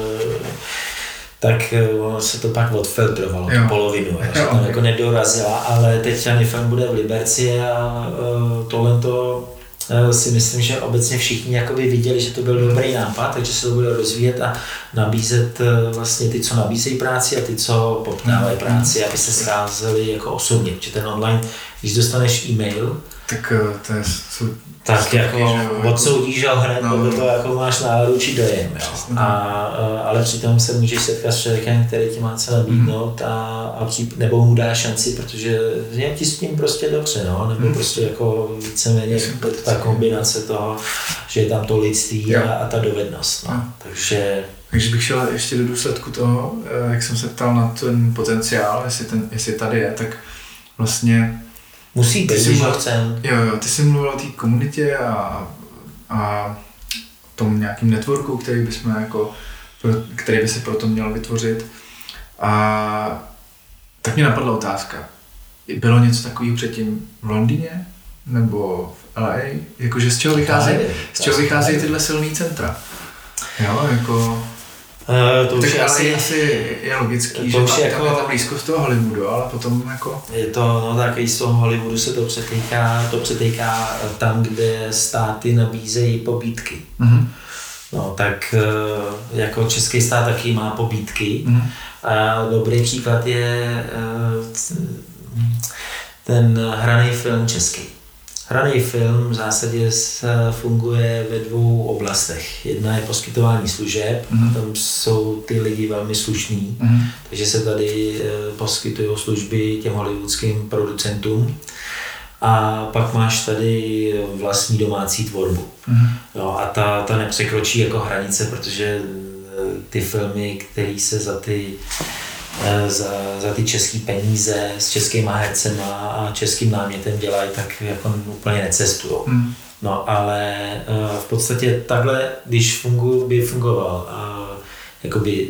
tak se to pak odfiltrovalo, tu polovinu, že tam okay. jako nedorazila, ale teď Ani film bude v Liberci a tohle to si myslím, že obecně všichni jakoby viděli, že to byl dobrý nápad, takže se to bude rozvíjet a nabízet vlastně ty, co nabízejí práci a ty, co poptávají práci, aby se scházeli jako osobně, protože ten online, když dostaneš e-mail, tak to je tak jako odsoudíš ho hned, no, to jako máš náladu či dojem, jo. A, ale přitom se můžeš setkat s člověkem, který ti má co nabídnout a, a při, nebo mu dá šanci, protože je ti s tím prostě dobře, no, nebo hmm. prostě jako víceméně ta kombinace toho, že je tam to lidství a, a ta dovednost, no. Takže když bych šel ještě do důsledku toho, jak jsem se ptal na ten potenciál, jestli, ten, jestli tady je, tak vlastně musí být, když ho chcem. Jo, jo, ty jsi mluvil o té komunitě a, a tom nějakým networku, který bychom jako, který by se proto měl vytvořit. A tak mě napadla otázka. Bylo něco takového předtím v Londýně nebo v L A? Jakože z čeho vychází, z čeho vychází tyhle silný centra? Jo, jako Uh, to už tak je asi, asi je logický, že tam jako, je ta blízkost toho Hollywoodu, ale potom jako je to, no tak i z toho Hollywoodu se to přetýká, to přetýká tam, kde státy nabízejí pobídky. Mm-hmm. No tak jako český stát taky má pobídky mm-hmm. a dobrý příklad je ten hraný film český. Hraný film v zásadě funguje ve dvou oblastech. Jedna je poskytování služeb, mm. tam jsou ty lidi velmi slušní, mm. takže se tady poskytují služby těm hollywoodským producentům. A pak máš tady vlastní domácí tvorbu. Mm. Jo, a ta, ta nepřekročí jako hranice, protože ty filmy, které se za ty Za, za ty české peníze s českýma hercema a českým námětem dělají, tak jako úplně necestujou. Mm. No ale uh, v podstatě takhle, když fungu, by fungoval a jakoby,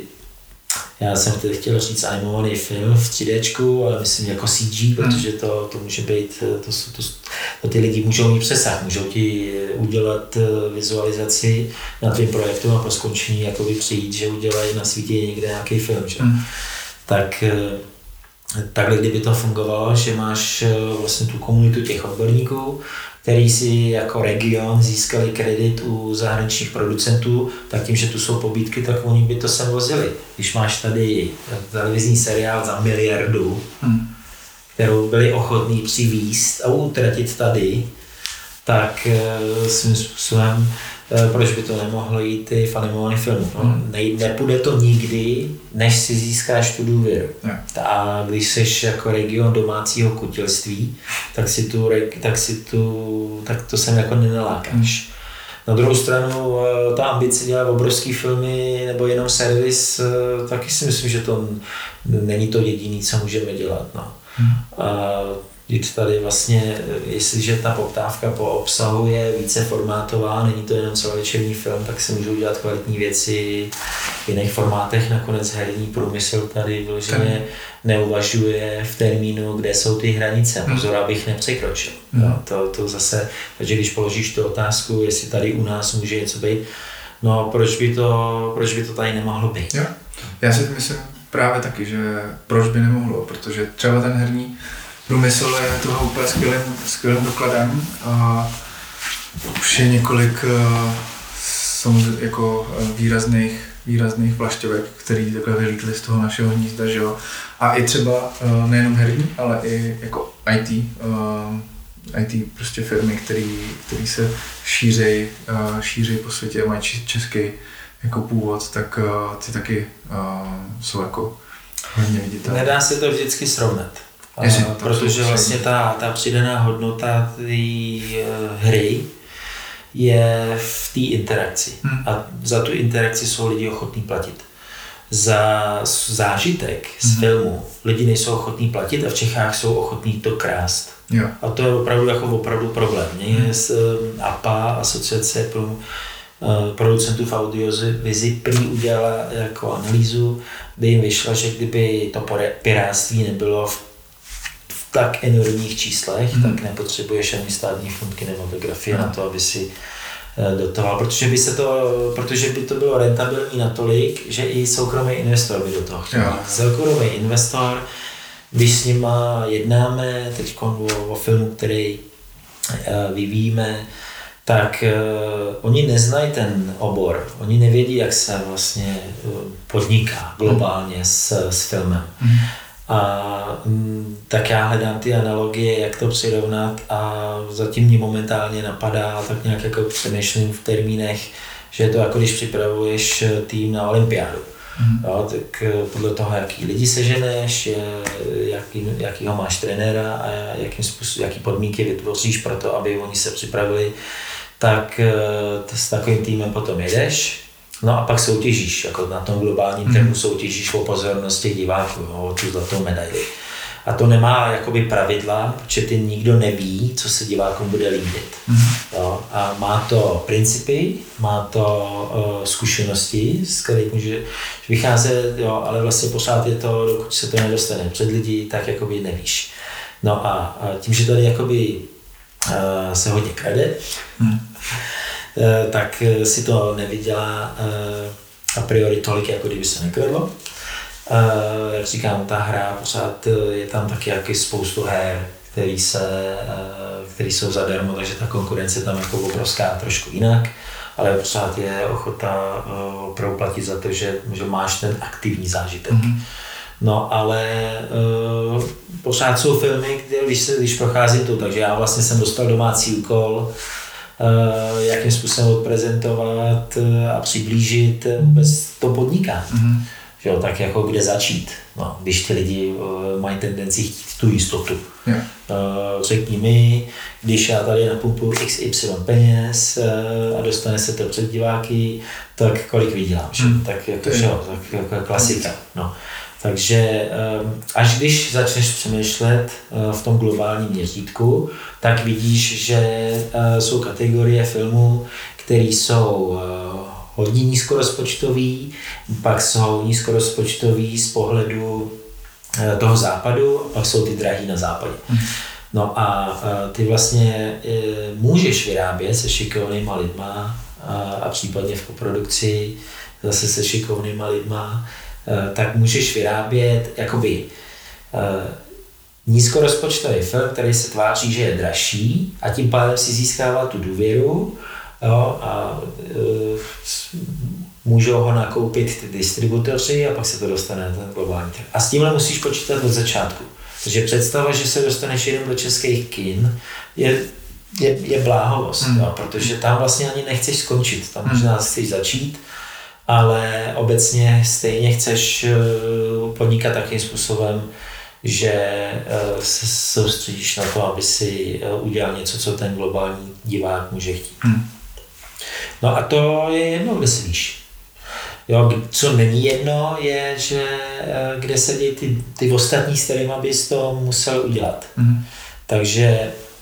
já jsem teď chtěl říct animovaný film v tři déčku, ale myslím jako C G, mm. protože to, to může být, to, to, to ty lidi můžou mít přesah, můžou ti udělat vizualizaci na tvým projektu a po skončení jakoby přijít, že udělají na světě někde nějaký film, že? Mm. Tak takhle, kdyby to fungovalo, že máš vlastně tu komunitu těch odborníků, který si jako region získali kredit u zahraničních producentů, tak tím, že tu jsou pobídky, tak oni by to sem vozili. Když máš tady televizní seriál za miliardu, hmm. kterou byli ochotní přivízt a utratit tady, tak svým způsobem proč by to nemohlo jít i v animovaném filmu. No? Hmm. Ne, nepůjde to nikdy, než si získáš tu důvěru. Yeah. A když jsi jako region domácího kutilství, tak si tu, tak si tu, tak to sem jako nenalákáš. Hmm. Na druhou stranu ta ambice dělat obrovský filmy nebo jenom servis, taky si myslím, že to není to jediné, co můžeme dělat. No. Hmm. A když tady vlastně, jestliže ta poptávka po obsahu je více formátová, není to jenom celovečerní film, tak se můžou dělat kvalitní věci v jiných formátech. Nakonec herní průmysl tady vyloženě neuvažuje v termínu, kde jsou ty hranice. Pozor, abych nepřekročil. Mm. No, to, to zase, takže když položíš tu otázku, jestli tady u nás může něco být, no proč by to, proč by to tady nemohlo být? Jo. Já si myslím právě taky, že proč by nemohlo, protože třeba ten herní průmysl je toho úplně skvělým, skvělým dokladem a už je několik uh, jako výrazných, výrazných vlašťovek, který takhle vylítly z toho našeho hnízda, že jo. A i třeba uh, nejenom herní, ale i jako I T uh, I T prostě firmy, který, který se šířejí uh, šířej po světě a mají český jako původ, tak uh, ty taky uh, jsou jako hodně viditelné. Nedá se to vždycky srovnat. Jestli, uh, protože vlastně ta, ta přidaná hodnota té uh, hry je v té interakci. Hmm. A za tu interakci jsou lidi ochotní platit. Za zážitek z hmm. filmu lidi nejsou ochotní platit a v Čechách jsou ochotní to krást. Jo. A to je opravdu jako opravdu problém. Mě hmm. z A P A, asociace pro uh, producentů v audiovizi, prý udělala jako analýzu, kde jim vyšla, že kdyby to pirátství nebylo v, v tak enormních číslech, hmm. tak nepotřebuješ ani státní fond kinematografie hmm. na to, aby si dotoval, protože by se to, protože by to bylo rentabilní natolik, že i soukromý investor by do toho chtěl. Soukromý investor, když s nima jednáme teď o, o filmu, který uh, vyvíjíme, tak uh, oni neznají ten obor, oni nevědí, jak se vlastně uh, podniká globálně mm. s, s filmem. Mm. A m, tak já hledám ty analogie, jak to přirovnat a zatím mě momentálně napadá, tak nějak jako přemýšlím v termínech, že je to jako když připravuješ tým na olympiádu. Mm. Jo, tak podle toho, jaký lidi seženeš, jaký, jakýho máš trenéra a jakým způsob, jaký podmínky vytvoříš pro to, aby oni se připravili, tak s takovým týmem potom jedeš. No a pak soutěžíš, jako na tom globálním trhu mm. soutěžíš o pozornost těch diváků, o tu zlatou medaili. A to nemá jakoby pravidla, protože ty nikdo neví, co se divákům bude líbit. Mm. Jo? A má to principy, má to uh, zkušenosti, z kterých může vycházet, jo, ale vlastně pořád je to, dokud se to nedostane před lidi, tak jakoby nevíš. No a, a tím, že tady jakoby uh, se hodně krade, mm. tak si to nevydělá a priori tolik, jako kdyby se nekradlo. Jak říkám, ta hra pořád je tam taky jaký spoustu her, který, se, který jsou zadarmo, takže ta konkurence tam jako obrovská trošku jinak, ale pořád je ochota opravdu platit za to, že, že máš ten aktivní zážitek. Mm-hmm. No ale uh, pořád jsou filmy, kde, když, se, když procházím to, takže já vlastně jsem dostal domácí úkol, Uh, jakým způsobem odprezentovat uh, a přiblížit uh, vůbec to podnikání. Mm-hmm. Jo, tak jako kde začít, no, když ty lidi uh, mají tendenci chtít tu jistotu. Yeah. Uh, řekni mi, když já tady napumpuju X Y peněz uh, a dostane se to před diváky, tak kolik vydělám, mm. tak jako, že, jo, tak jako klasika. No. Takže až když začneš přemýšlet v tom globálním měřítku, tak vidíš, že jsou kategorie filmů, které jsou hodně nízkorozpočtový, pak jsou nízkorozpočtový z pohledu toho západu, a pak jsou ty drahý na západě. No a ty vlastně můžeš vyrábět se šikovnýma lidma a případně v koprodukci zase se šikovnýma lidma, tak můžeš vyrábět jakoby uh, nízkorozpočtový film, který se tváří, že je dražší a tím pádem si získává tu důvěru, jo, a uh, můžou ho nakoupit ty distributoři a pak se to dostane na ten globální trh. A s tímhle musíš počítat od začátku. Takže představa, že se dostaneš jenom do českých kin, je, je, je bláhovost, mm. jo, protože tam vlastně ani nechceš skončit, tam možná chceš začít, ale obecně stejně chceš podnikat takým způsobem, že se soustředíš na to, aby si udělal něco, co ten globální divák může chtít. Hmm. No a to je jedno, kde sedíš. Jo, co není jedno, je, že kde sedí ty, ty ostatní, s kterými bys to musel udělat. Hmm. Takže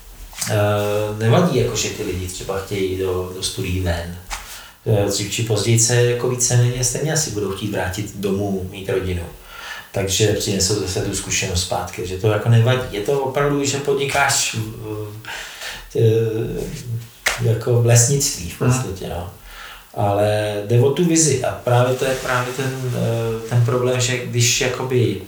nevadí, jako, že ty lidi třeba chtějí do, do studií ven. Dřív či později se jako víceméně stejně asi budou chtít vrátit domů, mít rodinu. Takže přinesou zase tu zkušenost zpátky, že to jako nevadí. Je to opravdu, že podnikáš jako v lesnictví v podstatě, no. Ale jde o tu vizi a právě to je právě ten, ten problém, že když jakoby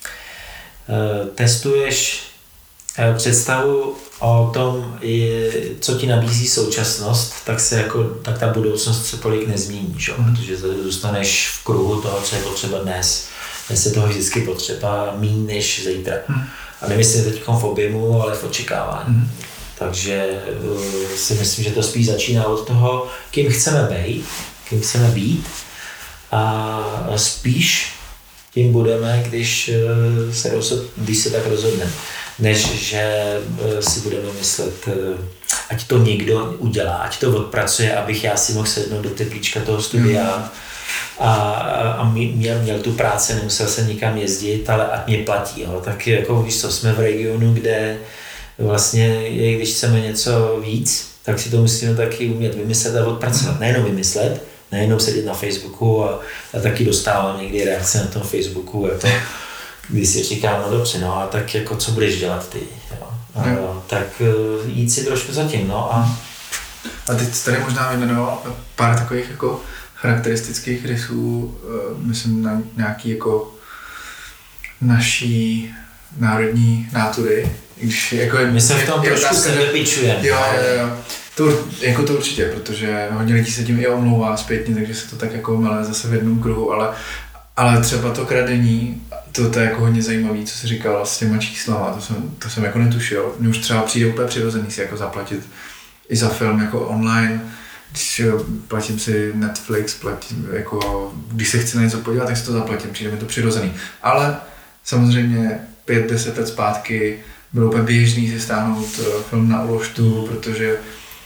testuješ představu o tom, co ti nabízí současnost, tak se jako, tak ta budoucnost se tolik nezmění, že? Mm. Protože zůstaneš v kruhu toho, co je potřeba dnes. Dnes je toho vždycky potřeba míň než zítra. Mm. A nemyslím teď v objemu, ale v očekávání. Mm. Takže uh, si myslím, že to spíš začíná od toho, kým chceme být, kým chceme být a spíš tím budeme, když se, rozhod, když se tak rozhodneme, než že si budeme myslet, ať to někdo udělá, ať to odpracuje, abych já si mohl sednout do teplíčka toho studia a, a měl, měl tu práci, nemusel se nikam jezdit, ale ať mě platí. Jo. Tak jako víš co, jsme v regionu, kde vlastně, když chceme něco víc, tak si to musíme taky umět vymyslet a odpracovat. Nejenom vymyslet, nejenom sedět na Facebooku a, a taky dostávám někdy reakce na tom Facebooku, jako, když si říkám, no dobře, no a tak jako co budeš dělat ty, jo? A, no. Tak jít si trošku zatím, no a... A teď tady možná vyjmenoval pár takových jako charakteristických rysů, myslím na nějaký jako naší národní nátury, když jako... My se v tom trošku se vypičujeme. Jo, jo, jo. To, jako to určitě, protože hodně lidí se tím i omlouvá zpětně, takže se to tak jako mele zase v jednom kruhu, ale, ale třeba to kradení, to, to je jako hodně zajímavé, co jsi říkal s těma číslama, to jsem, to jsem jako netušil. Mně už třeba přijde úplně přirozený si jako zaplatit i za film jako online, když platím si Netflix, platím jako, když se chci na něco podívat, tak si to zaplatím, přijde mi to přirozený. Ale samozřejmě pět, deset let zpátky bylo úplně běžný si stáhnout film na uložtu, protože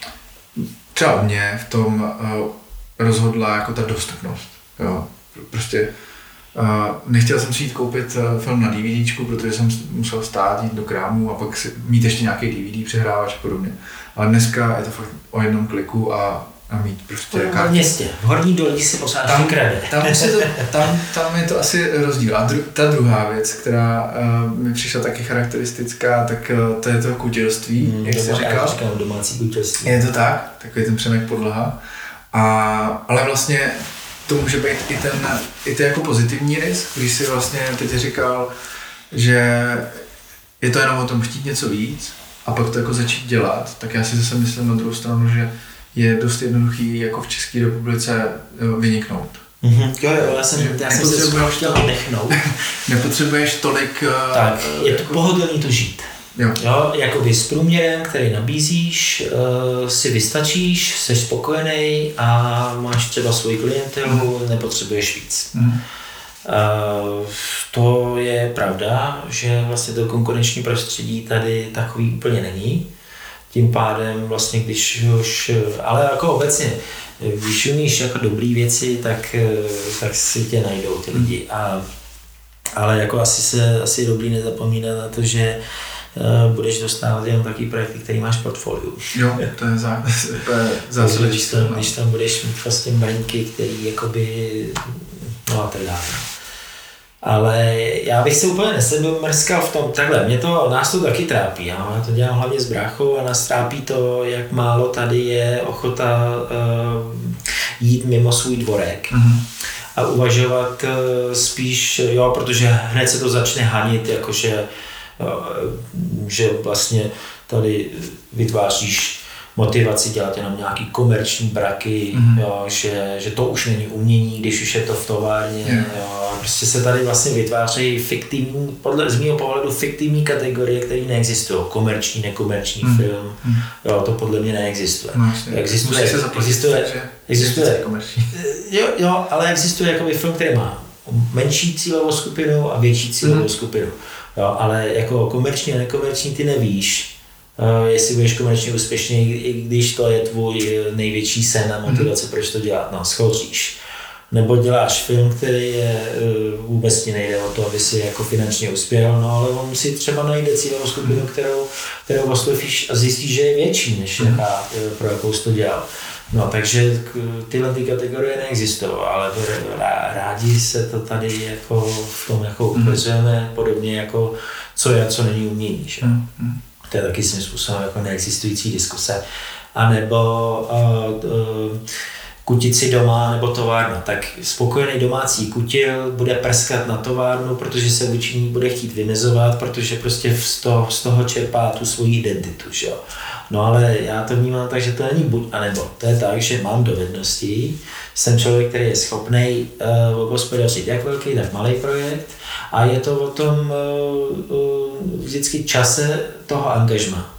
třeba mě v tom uh, rozhodla jako ta dostupnost. Jo. Prostě uh, nechtěl jsem si jít koupit uh, film na DVDčku, protože jsem musel stát, jít do krámu a pak si, mít ještě nějaký D V D přehrávač a podobně. Ale dneska je to fakt o jednom kliku a, a mít prostě... V městě, v Horní Dolní si posáš tam, krade. Tam, to, tam, tam je to asi rozdíl. A dru, ta druhá věc, která uh, mi přišla taky charakteristická, tak uh, to je to kutilství, hmm, jak jsi říkal. Říkám, domácí kutilství. Je to tak, takový ten Přemek Podlaha. A, ale vlastně to může být i ten, i ten jako pozitivní rys, když si vlastně teď říkal, že je to jenom o tom chtít něco víc a pak to jako začít dělat, tak já si zase myslím na druhou stranu, že je dost jednoduchý jako v České republice vyniknout. Mm-hmm. Jo, jo, já jsem, já jsem se skoro chtěl nechnout. Nepotřebuješ tolik... Tak, je to jako... pohodlný to žít. Jo. Jo, jakoby s průměrem, který nabízíš, uh, si vystačíš, jsi spokojený a máš třeba svoji klientelu, mm. nepotřebuješ víc. Mm. Uh, to je pravda, že vlastně to konkurenční prostředí tady takový úplně není. Tím pádem vlastně, když už, ale jako obecně, když umíš jako dobrý věci, tak, tak si tě najdou ty lidi. A, ale jako asi se asi je dobrý nezapomínat na to, že uh, budeš dostávat jenom takový projekty, který máš v portfoliu. Jo, to je zásad. Když tam, když tam budeš mít vlastně mrňky, který jakoby, no a tak dále. Ale já bych se úplně nesebemerskal v tom, takhle, mě to, nás to taky trápí, já to dělám hlavně s bráchou a nás trápí to, jak málo tady je ochota uh, jít mimo svůj dvorek mm-hmm. a uvažovat uh, spíš, jo, protože hned se to začne hanit, jakože uh, že vlastně tady vytváříš motivaci dělat jenom nějaký komerční braky, mm-hmm. jo, že, že to už není umění, když už je to v továrně. Yeah. Jo, prostě se tady vlastně vytvářejí fiktivní, podle z mého pohledu fiktivní kategorie, které neexistují. Komerční, nekomerční mm-hmm. film, jo, to podle mě neexistuje. No, existuje, se zaplatit, existuje, existuje, jo, jo, ale existuje jakoby film, který má menší cílovou skupinu a větší cílovou mm-hmm. skupinu. Jo, ale jako komerční a nekomerční ty nevíš, Uh, jestli budeš komerčně úspěšný, i když to je tvůj největší sen a motivace, mm. proč to dělat, no, schoříš. Nebo děláš film, který je, uh, vůbec ti nejde o to, aby si jako finančně uspěl, no ale on si třeba najde cílovou skupinu, kterou, kterou oslovíš a zjistíš, že je větší, než mm. jaká, pro jakou jsi to dělal. No, takže tyhle ty kategorie neexistují, ale rádi se to tady jako v tom jako ukazujeme, mm. podobně jako co je a co není umění. Že? Mm. To je taky svým způsobem jako neexistující diskuse. A nebo uh, uh, kutit si doma nebo továrna. Tak spokojený domácí kutil bude prskat na továrnu, protože se vůči ní bude chtít vymezovat, protože prostě z toho, z toho čerpá tu svoji identitu. Že? No ale já to vnímám tak, že to není buď a nebo. To je tak, že mám dovednosti, jsem člověk, který je schopný uh, obhospodařit jak velký, tak malý projekt a je to o tom uh, uh, vždycky čase toho angažma.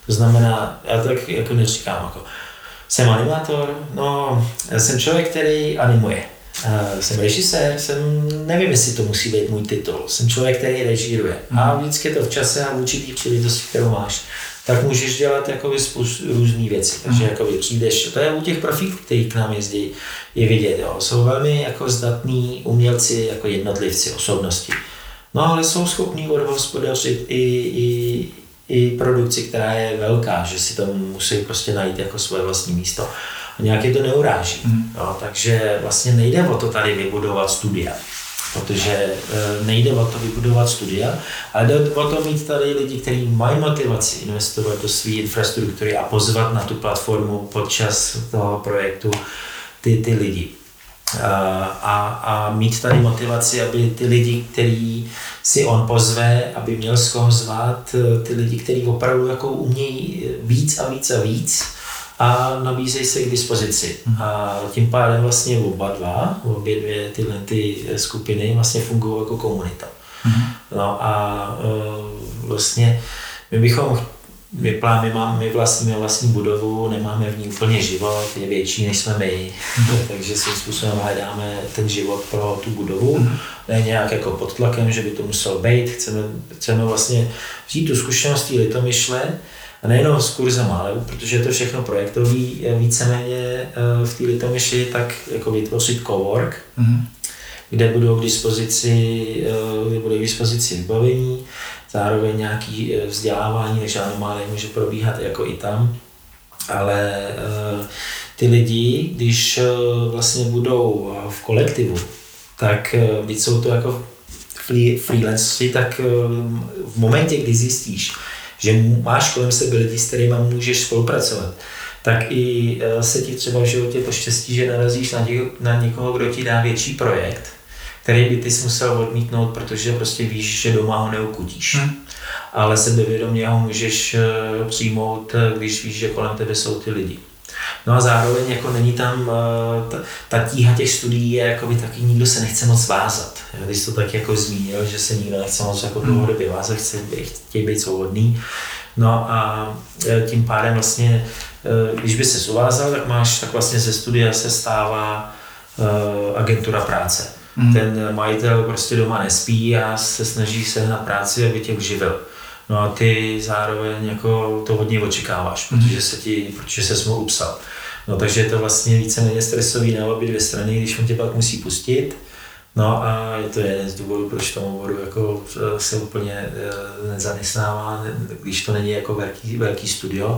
To znamená, já tak jako neříkám, jako, jsem animátor, no, já jsem člověk, který animuje. Uh, jsem režisér, jsem, nevím, jestli to musí být můj titul, jsem člověk, který režíruje. Mm. A vždycky je to v čase a v určitý příležitosti, kterou máš, tak můžeš dělat jakoby spoustu různý věci. Takže mm. jakoby přijdeš, to je u těch profíků, kteří k nám jezdí, je vidět, jo. Jsou velmi jako zdatní umělci, jako jednotlivci, osobnosti. No ale jsou schopní odhospodařit i, i, i produkci, která je velká, že si tam musí prostě najít jako svoje vlastní místo. A nějak je to neuráží. Mm. No, takže vlastně nejde o to tady vybudovat studia, protože e, nejde o to vybudovat studia, ale jde o to mít tady lidi, kteří mají motivaci investovat do své infrastruktury a pozvat na tu platformu podčas toho projektu ty, ty lidi. A, a mít tady motivaci, aby ty lidi, který si on pozve, aby měl z koho zvát, ty lidi, kteří opravdu jako umějí víc a víc a víc a nabízejí se k dispozici. A tím pádem vlastně oba dva, obě dvě tyhle ty skupiny vlastně fungují jako komunita. No a vlastně my bychom My, plá, my, mám, my vlastníme vlastní budovu, nemáme v ní úplně život, je větší než jsme my, mm. takže svým způsobem hledáme ten život pro tu budovu. Mm. Ne nějak jako pod tlakem, že by to muselo být, chceme, chceme vlastně vzít tu zkušenost té Litomyšle a nejenom s kurzama, ale protože je to všechno projektový, víceméně v té Litomyšli, tak jako vytvořit cowork, mm. kde budou k dispozici, kde bude k dispozici vybavení, zároveň nějaké vzdělávání, takže anomálie může probíhat jako i tam, ale uh, ty lidi, když uh, vlastně budou v kolektivu, tak uh, když jsou to jako free, freelanceri, tak uh, v momentě, kdy zjistíš, že máš kolem sebe lidi, s kterými můžeš spolupracovat, tak i uh, se ti třeba v životě poštěstí, že narazíš na, dě, na někoho, kdo ti dá větší projekt, který by ty jsi musel odmítnout, protože prostě víš, že doma ho neukutíš. Hmm. Ale sebevědomě ho můžeš přijmout, když víš, že kolem tebe jsou ty lidi. No a zároveň jako není tam, ta, ta tíha těch studií je jakoby taky, nikdo se nechce moc vázat. Když jsi to tak jako zmínil, že se nikdo nechce moc jako dlouhodobě vázat, chce, chtějí být svobodný. No a tím pádem vlastně, když by se uvázal, tak máš, tak vlastně ze studia se stává agentura práce. Mm. Ten majitel prostě doma nespí a se snaží sehnat práci, aby tě uživil. No a ty zároveň jako to hodně očekáváš, mm. protože se ti, protože se smou upsal. No takže je to vlastně víceméně stresový na obě dvě strany, když on tě pak musí pustit. No a je to jeden z důvodů, proč tomu oboru jako se úplně nezaměstnává, když to není jako velký, velký studio,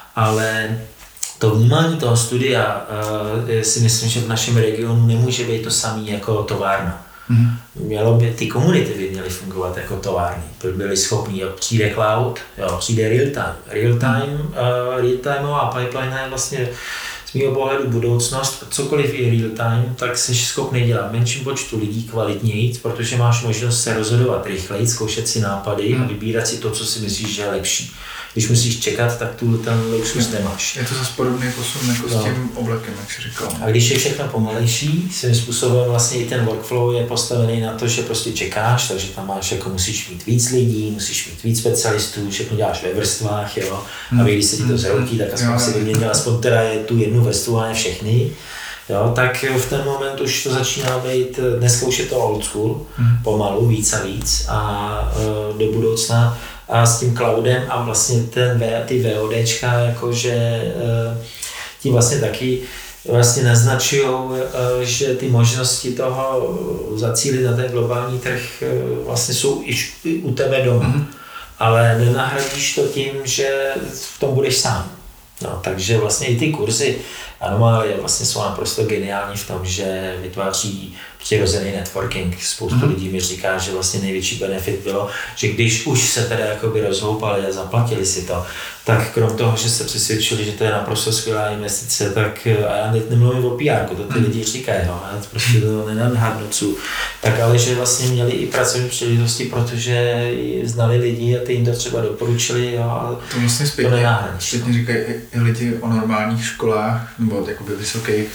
ale to vnímání toho studia uh, si myslím, že v našem regionu nemůže být to samé jako továrna. Mm-hmm. Mělo by, ty komunity by měly fungovat jako továrny, by byly schopní, jo, přijde cloud, jo, přijde real time. Real time, uh, real timeová pipeline je vlastně z mého pohledu budoucnost, cokoliv je real time, tak jsi schopný dělat menším počtu lidí kvalitněji, protože máš možnost se rozhodovat rychleji, zkoušet si nápady mm. a vybírat si to, co si myslíš, že je lepší. Když musíš čekat, tak tu ten luxus nemáš. Je to zase podobný posun jako no. s tím oblekem, jak jsi říkal. A když je všechno pomalejší, svým způsobem vlastně i ten workflow je postavený na to, že prostě čekáš, takže tam máš, jako musíš mít víc lidí, musíš mít víc specialistů, všechno děláš ve vrstvách, jo. A když se ti to zhroutí, tak aspoň si vyměnil aspoň teda je tu jednu vrstvu a ne všechny. Jo, tak v ten moment už to začíná být, dneska už je to old school, mm. pomalu, víc a víc a uh, do budoucna a s tím cloudem a vlastně ten, ty VODčka, jakože uh, ti vlastně taky vlastně naznačují, uh, že ty možnosti toho zacílit na ten globální trh uh, vlastně jsou i u tebe doma, mm. ale nenahradíš to tím, že v tom budeš sám. No, takže vlastně i ty kurzy Anomálie vlastně jsou naprosto geniální v tom, že vytváří přirozený networking. Spoustu mm. lidí mi říká, že vlastně největší benefit bylo, že když už se teda jakoby rozhoupali a zaplatili si to, tak krom toho, že se přesvědčili, že to je naprosto skvělá investice, tak a já teď nemluvím o P R, to ty lidi říkají, no, já to prostě to nenadhodnocuju, tak ale že vlastně měli i pracovní příležitosti, protože znali lidi a ty jim to třeba doporučili, jo, ale to vlastně zpětně, zpětně říkají i lidi o normálních školách, nebo jakoby vysokých,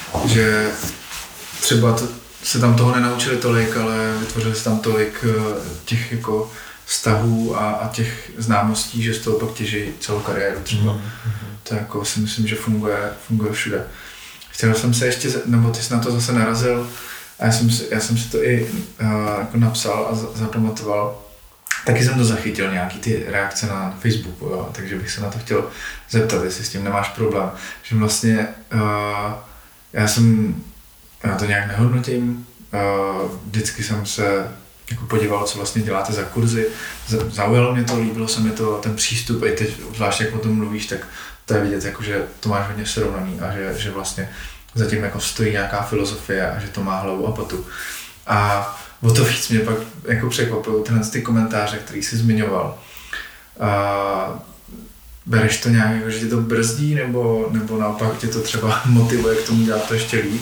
že třeba to, se tam toho nenaučili tolik, ale vytvořili se tam tolik těch jako vztahů a, a těch známostí, že z toho pak těží celou kariéru třeba. Mm. To jako si myslím, že funguje, funguje všude. Chtěl jsem se ještě, nebo ty jsi na to zase narazil a já jsem si, já jsem si to i uh, jako napsal a zapamatoval. Taky jsem to zachytil, nějaký ty reakce na Facebooku, jo, takže bych se na to chtěl zeptat, jestli s tím nemáš problém. Že vlastně uh, já jsem, já to nějak nehodnotím, uh, vždycky jsem se jako podíval, co vlastně děláte za kurzy, zaujalo mě to, líbilo se mi to, ten přístup, i teď, zvlášť jak o tom mluvíš, tak to je vidět, jako, že to máš hodně srovnaný a že, že vlastně zatím jako stojí nějaká filozofie a že to má hlavu a patu. A o to víc mě pak jako překvapilo tyhle ty komentáře, který jsi zmiňoval. A bereš to nějak, jako, že tě to brzdí, nebo, nebo naopak tě to třeba motivuje k tomu dělat to ještě líp?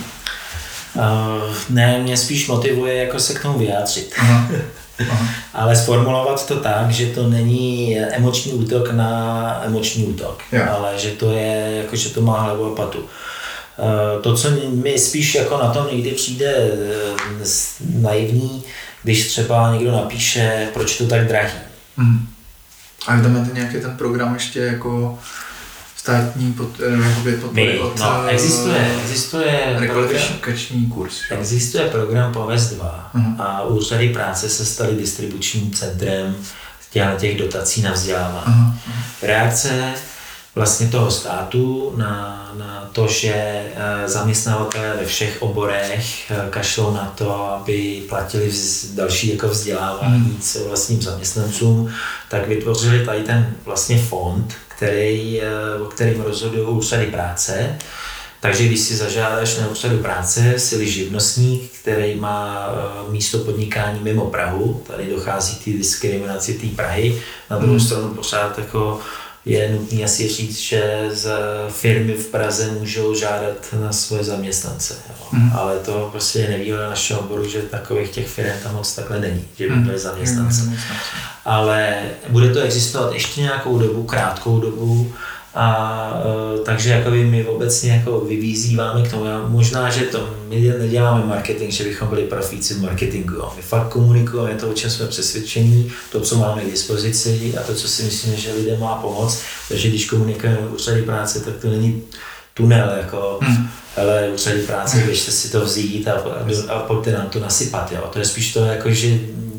Uh, ne, mě spíš motivuje jako se k tomu vyjádřit. Aha. Aha. Ale sformulovat to tak, že to není emoční útok na emoční útok, yeah. ale že to je, jako, že to má hlavu a patu. Uh, to, co mi spíš jako na tom někdy přijde uh, naivní, když třeba někdo napíše, proč to tak drahý. Mm. A tam máte nějaký ten program ještě jako státní pod, podpory od... No, existuje, existuje rekvalifikační kurz. Že? Existuje program Povést dva uh-huh. a úřady práce se staly distribučním centrem těch dotací na vzdělávání. Uh-huh. Reakce vlastně toho státu na, na to, že zaměstnavatelé ve všech oborech kašlou na to, aby platili vz, další jako vzdělávání uh-huh. vlastním zaměstnancům, tak vytvořili tady ten vlastně fond, který, o kterým rozhodují úřady práce. Takže když si zažádáš na úřadu práce, jsi živnostník, který má místo podnikání mimo Prahu, tady dochází k té diskriminaci té Prahy. Na druhou stranu pořád jako je nutné asi říct, že z firmy v Praze můžou žádat na svoje zaměstnance. Mm. Ale to prostě je nevýhoda našeho oboru, že takových těch firm tam moc takhle není, že by byly zaměstnance. Mm. Ale bude to existovat ještě nějakou dobu, krátkou dobu, a takže jakoby my obecně jako vyvízíváme k tomu. Možná, že to my neděláme marketing, že bychom byli profíci v marketingu. My fakt komunikujeme to, o čem jsme přesvědčení, to, co máme k dispozici a to, co si myslíme, že lidem má pomoct. Takže když komunikujeme úřady práce, tak to není tunel, jako hmm. hele, úřady práce, běžte si to vzít a, a, a pojďte nám to nasypat. Jo. To je spíš to, jako, že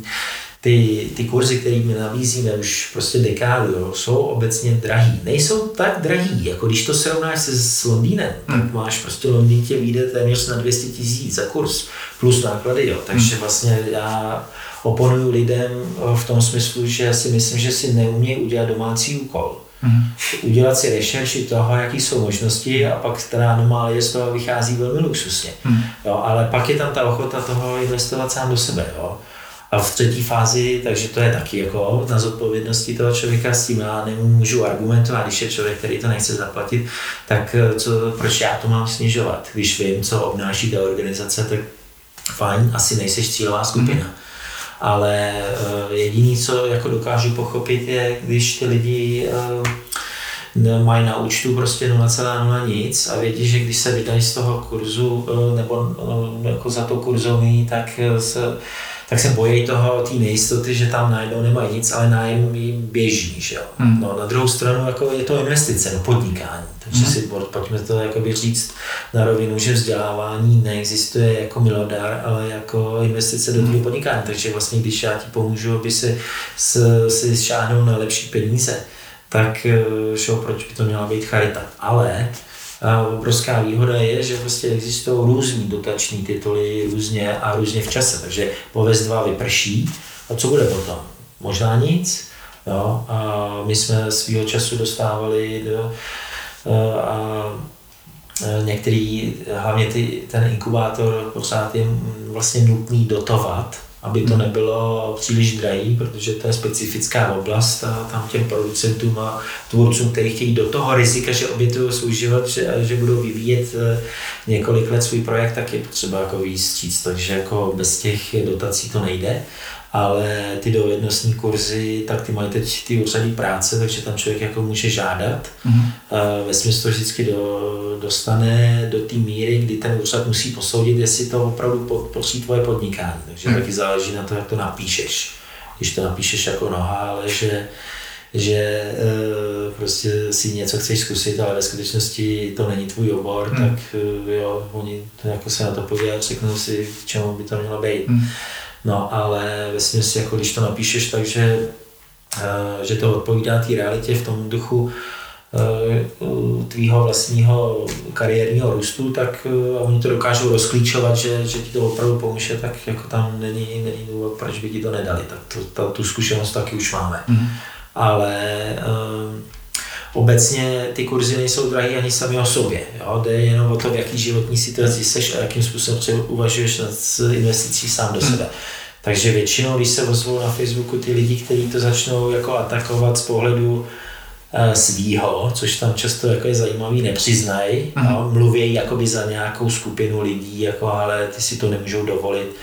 Ty, ty kurzy, které my nabízíme už prostě dekádu, jo, jsou obecně drahý. Nejsou tak drahý, jako když to srovnáš se s Londýnem, hmm. tak máš prostě Londýn tě vyjde téměř na dvě stě tisíc za kurz, plus náklady, jo. Takže hmm. vlastně já oponuju lidem v tom smyslu, že si myslím, že si neumějí udělat domácí úkol. Hmm. Udělat si rešerši toho, jaký jsou možnosti a pak teda anomálie z toho vychází velmi luxusně. Hmm. Jo, ale pak je tam ta ochota toho investovat sám do sebe. Jo. A v třetí fázi, takže to je taky jako na zodpovědnosti toho člověka, s tím já nemůžu argumentovat, když je člověk, který to nechce zaplatit, tak co, proč já to mám snižovat? Když vím, co obnáší ta organizace, tak fajn, asi nejseš cílová skupina. Mm. Ale uh, jediné, co jako dokážu pochopit, je, když ty lidi uh, mají na účtu prostě nula celá nula nic a vědí, že když se vydají z toho kurzu uh, nebo uh, jako za to kurzový, tak se tak se bojí toho, té nejistoty, že tam najednou nemají nic, ale nájem jim běží, že jo. Hmm. No, na druhou stranu jako je to investice do podnikání, takže hmm. si pojďme to jakoby říct na rovinu, že vzdělávání neexistuje jako milodár, ale jako investice do toho podnikání, takže vlastně když já ti pomůžu, aby si, si šáhnul na lepší peníze, tak šo, proč by to měla být charita, ale a obrovská výhoda je, že prostě existují různý dotační tituly různě a různě v čase, takže Povést dva vyprší a co bude potom? Možná nic. Jo? A my jsme svýho času dostávali do, a některý, hlavně ty, ten inkubátor pořád je vlastně nutný dotovat, aby to nebylo příliš drahý, protože to je specifická oblast a tam těm producentům a tvůrcům, kteří chtějí do toho rizika, že obětují svůj život, že, že budou vyvíjet několik let svůj projekt, tak je potřeba jako víc stříct, takže jako bez těch dotací to nejde. Ale ty dovednostní kurzy, tak ty mají teď ty úřady práce, takže tam člověk jako může žádat. Mm-hmm. Ve smyslu to vždycky do, dostane do té míry, kdy ten úřad musí posoudit, jestli to opravdu podpoří tvoje podnikání. Takže mm. taky záleží na to, jak to napíšeš. když to napíšeš jako noha, ale že, že e, prostě si něco chceš zkusit, ale ve skutečnosti to není tvůj obor, hmm. tak jo, oni jako se na to podívají, řeknou si, k čemu by to mělo být. Hmm. No ale vesměs, jako když to napíšeš, takže e, že to odpovídá té realitě v tom duchu tvýho vlastního kariérního růstu, tak oni to dokážou rozklíčovat, že, že ti to opravdu pomůže, tak jako tam není, není důvod, proč by ti to nedali. Tak to, ta, tu zkušenost taky už máme. Mm-hmm. Ale um, obecně ty kurzy nejsou drahé ani sami o sobě. Jo? Jde jenom o to, v jaký životní situaci seš a jakým způsobem třeba uvažuješ nad investicí sám do sebe. Mm-hmm. Takže většinou, když se ozvou na Facebooku ty lidi, kteří to začnou jako atakovat z pohledu svýho, což tam často jako je zajímavý, nepřiznají, uh-huh. mluví jakoby za nějakou skupinu lidí, jako, ale ty si to nemůžou dovolit.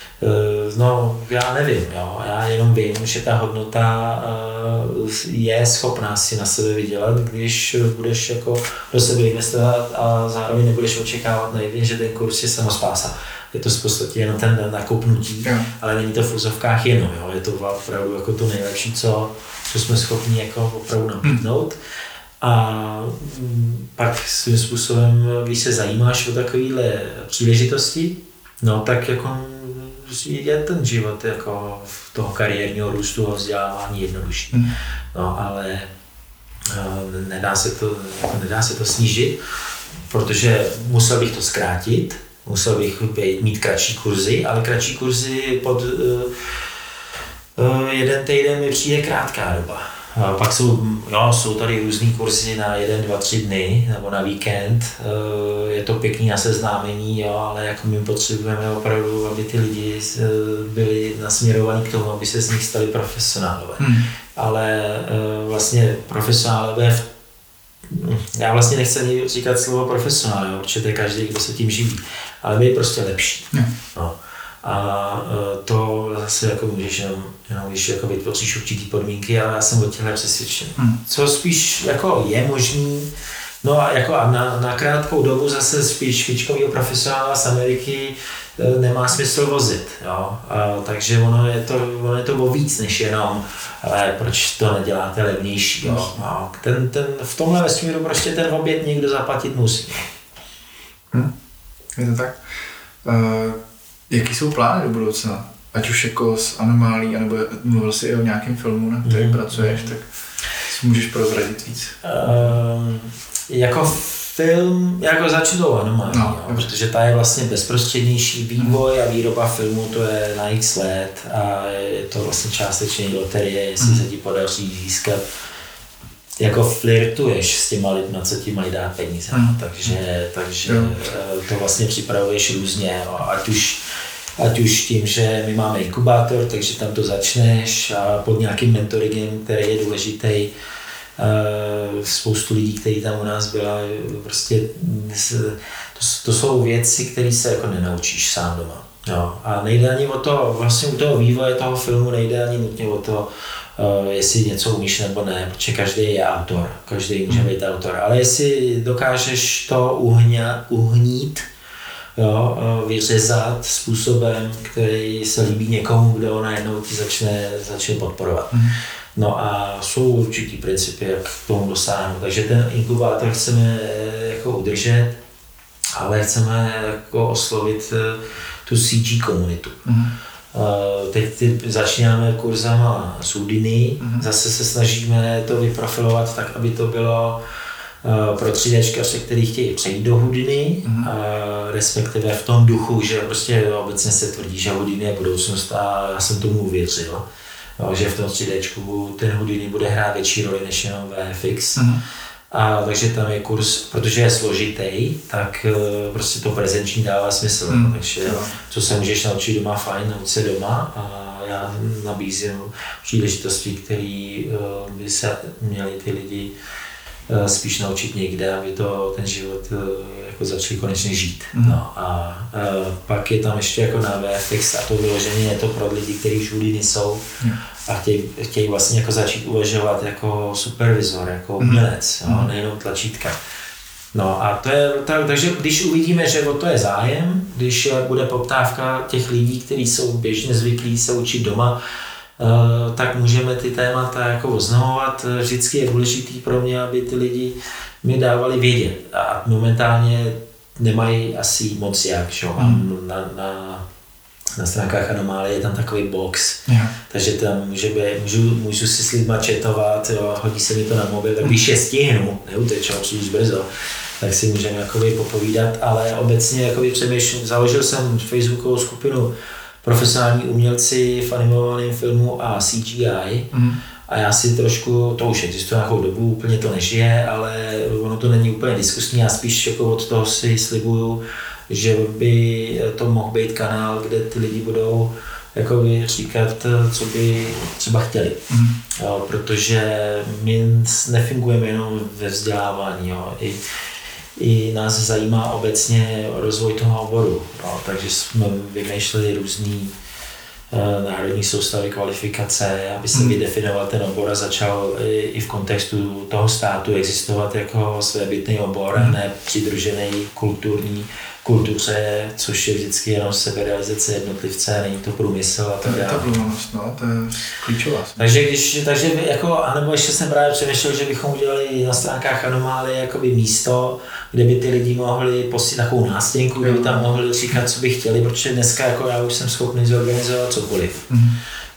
No, já nevím, jo. Já jenom vím, že ta hodnota je schopná si na sebe vydělat, když budeš jako do sebe investovat a zároveň nebudeš očekávat naivně, že ten kurz je samospása. Je to v podstatě jenom ten nakopnutí, yeah. ale není to v úzovkách jenom, jo. Je to opravdu jako to nejlepší, co, co jsme schopni jako opravdu nabídnout. Hmm. A pak svým způsobem, když se zajímáš o takovéhle příležitosti, no tak jako je ten život jako v toho kariérního růstu a vzdělávání jednodušší. Hmm. No ale nedá se to, jako nedá se to snížit, protože musel bych to zkrátit, musel bych mít kratší kurzy, ale kratší kurzy pod uh, uh, jeden týden mi přijde krátká doba. A pak jsou, jo, jsou tady různý kurzy na jeden, dva, tři dny nebo na víkend. Uh, je to pěkný na seznámení, jo, ale jako my potřebujeme opravdu, aby ty lidi byli nasměrovaní k tomu, aby se z nich stali profesionálové. Hmm. Ale uh, vlastně profesionálové v já vlastně nechci ani říkat slovo profesionál, jo, protože to je každý, kdo se tím živí, ale my je prostě lepší. No. A to zase jako můžeš jenom, jenom když jako vytvoříš určitý podmínky, ale já jsem o těchto přesvědčen. Hmm. Co spíš jako je možný, no a jako a na, na krátkou dobu zase spíš špičkovýho profesionála z Ameriky nemá smysl vozit, jo. A, takže ono je, to, ono je to o víc než jenom, ale proč to neděláte levnější, jo. A ten, ten, v tomhle vesmíru prostě ten oběd někdo zaplatit musí. Hmm. Je to tak. Uh, jaký jsou plány do budoucna? Ať už jako s Anomálí, anebo mluvil jsi i o nějakém filmu, na kterém hmm. pracuješ, tak si můžeš prozradit víc. Uh, jako film, jako začnu tou Anomálí, no, jo, protože ta je vlastně bezprostřednější vývoj a výroba filmu, to je na x let a je to vlastně částečně loterie, jestli mm. se ti podaří získat. Jako flirtuješ s těma lidma, co ti mají dát peníze, mm. takže, takže mm. to vlastně připravuješ různě, ať už, ať už tím, že my máme inkubátor, takže tam to začneš a pod nějakým mentoringem, který je důležitý. Uh, spoustu lidí, kteří tam u nás byla, prostě to, to jsou věci, které se jako nenaučíš sám doma. Jo. A nejde ani o to, vlastně u toho vývoje toho filmu nejde ani nutně o to, uh, jestli něco umíš nebo ne, protože každý je autor, každý může být autor, ale jestli dokážeš to uhňa, uhnít, jo, uh, vyřezat způsobem, který se líbí někomu, kdo najednou ti začne, začne podporovat. Mm. No a jsou určitý principy, jak k tomu dosáhnout. Takže ten inkubátor chceme jako udržet, ale chceme jako oslovit tu C G komunitu. Mm. Teď ty začínáme kurzama z Houdini, mm. zase se snažíme to vyprofilovat tak, aby to bylo pro tři déčkaře, kteří chtějí přejít do Houdini, mm. respektive v tom duchu, že prostě obecně se tvrdí, že Houdini je budoucnost a já jsem tomu uvěřil. No, že v tom tři déčku ten Houdini bude hrát větší roli než jenom V F X. Mm. A takže tam je kurz, protože je složitý, tak prostě to prezenční dává smysl. Mm. Takže jo. Co se můžeš naučit doma, fajn, nauč se doma a já nabízím příležitosti, které by se měli ty lidi spíš naučit někde, aby to ten život jako začali konečně žít. Mm. No, a, a pak je tam ještě jako na V F X a to vyloženě je to pro lidi, kteří už Houdini jsou mm. a chtějí, chtějí vlastně jako začít uvažovat jako supervizor, jako umělec, mm. jo, nejenom tlačítka. No a to je, tak, takže když uvidíme, že o to je zájem, když bude poptávka těch lidí, kteří jsou běžně zvyklí se učit doma, tak můžeme ty témata jako oznamovat. Vždycky je důležitý pro mě, aby ty lidi mi dávali vědět. A momentálně nemají asi moc jak, že? Mm. Na, na, na stránkách Anomálie je tam takový box, yeah. takže tam může být, můžu, můžu si s lidma chatovat, jo, hodí se mi to na mobil, tak když je stihnu, neutečou příliš brzo, tak si můžeme jakoby popovídat, ale obecně jakoby přemýšlím, založil jsem Facebookovou skupinu profesionální umělci v animovaném filmu a C G I mm. a já si trošku, to už existuje nějakou dobu, úplně to nežije, ale ono to není úplně diskusní, já spíš jako od toho si slibuju, že by to mohl být kanál, kde ty lidi budou jakoby říkat, co by třeba chtěli. Mm. Jo, protože my nefungujeme jenom ve vzdělávání, jo. I, i nás zajímá obecně rozvoj toho oboru, jo. Takže jsme vymýšleli různý uh, národní soustavy kvalifikace, aby se mm. vydefinoval ten obor a začal i, i v kontextu toho státu existovat jako svébytný obor, mm. ne přidružený kulturní kultuře, což je vždycky jenom seberealizace jednotlivce, není to průmysl a tak dále. To je etablovanost, no, to je klíčová. Takže když, takže jako, anebo ještě jsem právě přemýšlel, že bychom udělali na stránkách Anomálie jakoby místo, kde by ty lidi mohli posílat takovou nástěnku, kde by tam mohli říkat, co by chtěli, protože dneska jako já už jsem schopný zorganizovat cokoliv. Mm.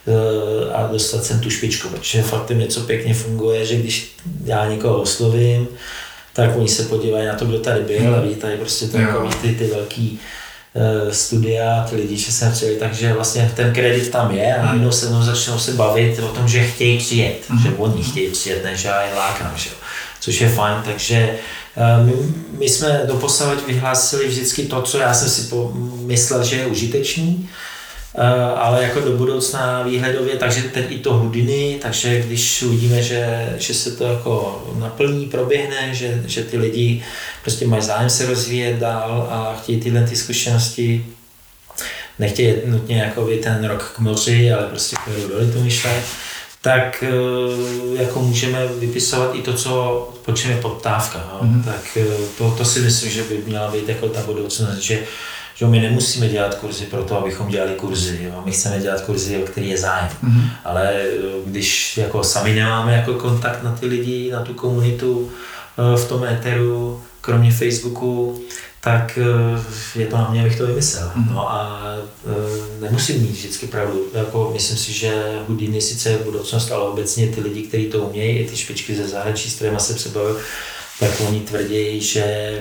A dostat sem tu špičku, protože fakt něco pěkně funguje, že když já někoho oslovím, tak oni se podívají na to, kdo tady byl a vítají prostě takový ty, ty velký uh, studia, ty lidi, že jsem přijeli, takže vlastně ten kredit tam je a najednou se mnou začnou se bavit o tom, že chtějí přijet, mm. že oni chtějí přijet, než já je lákám, že? Což je fajn, takže uh, my, my jsme doposavad vyhlásili vždycky to, co já jsem si myslel, že je užitečný, Uh, ale jako do budoucna výhledově, takže teď i to Houdini, takže když uvidíme, že, že se to jako naplní, proběhne, že, že ty lidi prostě mají zájem se rozvíjet dál a chtějí tyhle ty zkušenosti, nechtějí nutně jako ten rok k moři, ale prostě půjdou do Litomyšle, tak uh, jako můžeme vypisovat i to, co, po čem je poptávka. No? Mm-hmm. Tak uh, to, to si myslím, že by měla být jako ta budoucnost, že že my nemusíme dělat kurzy pro to, abychom dělali kurzy, jo? My chceme dělat kurzy, o který je zájem, mm-hmm. ale když jako sami nemáme jako kontakt na ty lidi, na tu komunitu v tom éteru, kromě Facebooku, tak je to na mě, abych to vymyslel. Mm-hmm. No a nemusím mít vždycky pravdu. Jako, myslím si, že Houdini sice je budoucnost, ale obecně ty lidi, kteří to umějí, i ty špičky ze zahraničí, s kterými se přebavil, tak oni tvrdí, že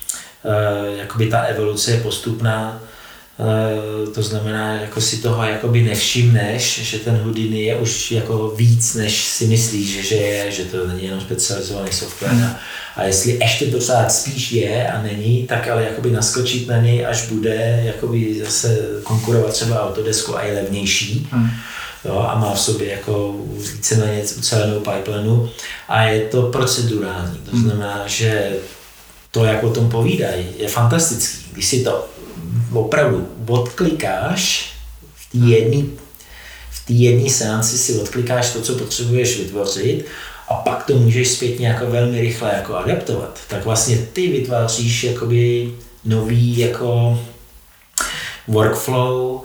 Uh, jakoby ta evoluce je postupná, uh, to znamená, jako si toho jakoby nevšimneš, že ten Houdini je už jako víc, než si myslíš, že, že je, že to není jenom specializovaný software. Mm. A jestli ještě docela spíš je a není, tak ale jakoby naskočit na něj, až bude jakoby zase konkurovat třeba Autodesku a je levnější. Mm. Jo, a má v sobě jako víceméně ucelenou pipelineu a je to procedurální, to znamená, že to, jak o tom povídají, je fantastický. Když si to opravdu odklikáš v té jedné v té jedné seanci si odklikáš to, co potřebuješ vytvořit a pak to můžeš zpětně jako velmi rychle jako adaptovat. Tak vlastně ty vytváříš jakoby nový jako workflow,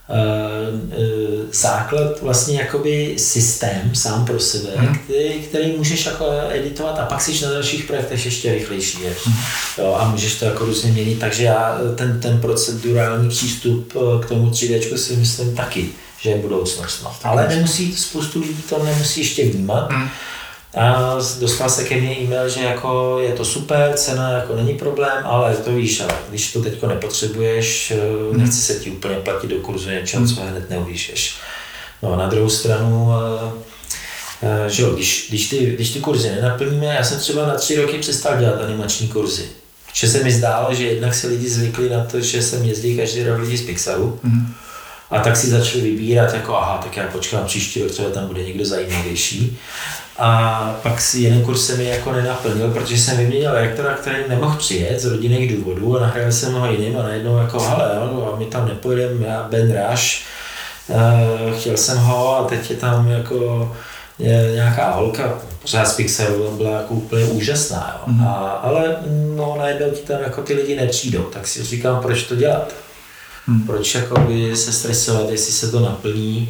základ, vlastně jakoby systém sám pro sebe, hmm. který, který můžeš jako editovat a pak jsi na dalších projektech ještě rychlejší. Hmm. Jo, a můžeš to jako různě měnit, takže já ten, ten procedurální přístup k tomu tři déčku si myslím taky, že je budoucnost. No. Ale nemusí, spoustu lidí to nemusí ještě vnímat. Hmm. A dostal se ke mně e-mail, že jako je to super, cena jako není problém, ale to víš, ale když to teďko nepotřebuješ, hmm. nechci se ti úplně platit do kurzu něčeho, co hned neuvíšeš. No na druhou stranu, že jo, když, když, ty, když ty kurzy nenaplníme, já jsem třeba na tři roky přestal dělat animační kurzy. Protože se mi zdálo, že jednak se lidi zvykli na to, že sem jezdí každý rok lidi z Pixaru. Hmm. A tak si začali vybírat, jako aha, tak já počkám příští rok, třeba tam bude někdo zajímavější. A pak si jeden kurz se mi jako nenaplnil, protože jsem vyměnil rektora, který nemohl přijet z rodinných důvodů a nahrál jsem ho jiným a najednou jako hele, jo, a my tam nepojedeme, já Ben Rush, uh, chtěl jsem ho a teď je tam jako je nějaká holka, pořád z Pixaru, byla jako úplně úžasná, jo. Mm. A, ale no najednou ti tam jako ty lidi nepřijdou, tak si říkám, proč to dělat? Hmm. Proč jakoby se stresovat, jestli se to naplní,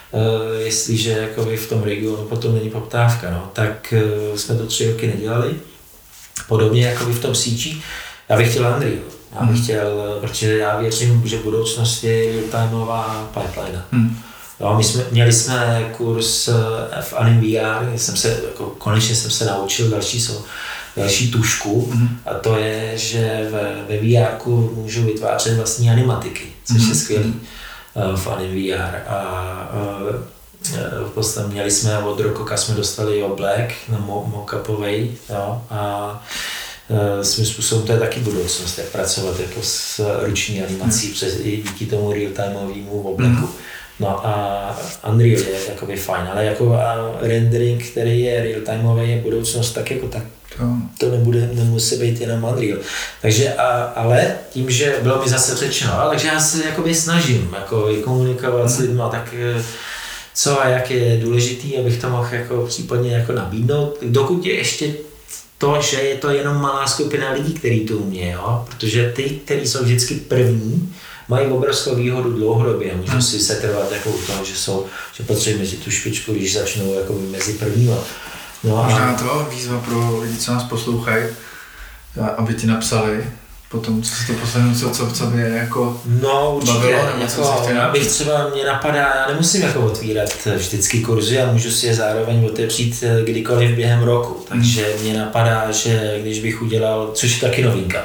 uh, jestliže jakoby v tom regionu potom není poptávka, no, tak uh, jsme to tři roky nedělali. Podobně jako v tom síči. Já bych chtěl Unreal. Já bych chtěl, protože já věřím, že budoucnost je real-timeová pipeline. Hmm. Jo, my jsme, měli jsme kurz v Anim V R, jsem se, jako, konečně jsem se naučil další, so, další tušku, mm-hmm. a to je, že ve, ve V R ku můžu vytvářet vlastní animatiky, což mm-hmm. je skvělý v Anim V R. A, a v podstatě měli jsme od Rokoka jsme dostali oblek na mockupovej, jo, a svým způsobem to je taky budoucnost, jak pracovat jako s ruční animací mm. přes i díky tomu real-timeovému obleku. Mm. No a Unreal je jakoby fajn, ale jako rendering, který je real-timeový, je budoucnost, tak jako tak to nebude, nemusí být jenom Unreal. Takže a, ale tím, že bylo mi zase řečeno, takže já se jakoby snažím jako komunikovat mm. s lidma, tak co a jak je důležitý, abych to mohl jako případně jako nabídnout, dokud je ještě to, že je to jenom malá skupina lidí, kteří to umějí, jo? Protože ty, kteří jsou vždycky první, mají obrovskou výhodu dlouhodobě a můžou hmm. si setrvat jako u toho, že jsou, že potřebují mezi tu špičku, když začnou jako mezi prvníma. No možná a... to výzva pro lidi, co nás poslouchají, aby ti napsali potom, co si to poslednou, co, co, co by jako no, určitě, bavilo, nebo jako, co si abych třeba, mě napadá, já nemusím jako otvírat vždycky kurzy a můžu si je zároveň otevřít kdykoliv během roku, takže hmm. mě napadá, že když bych udělal, což je taky novinka,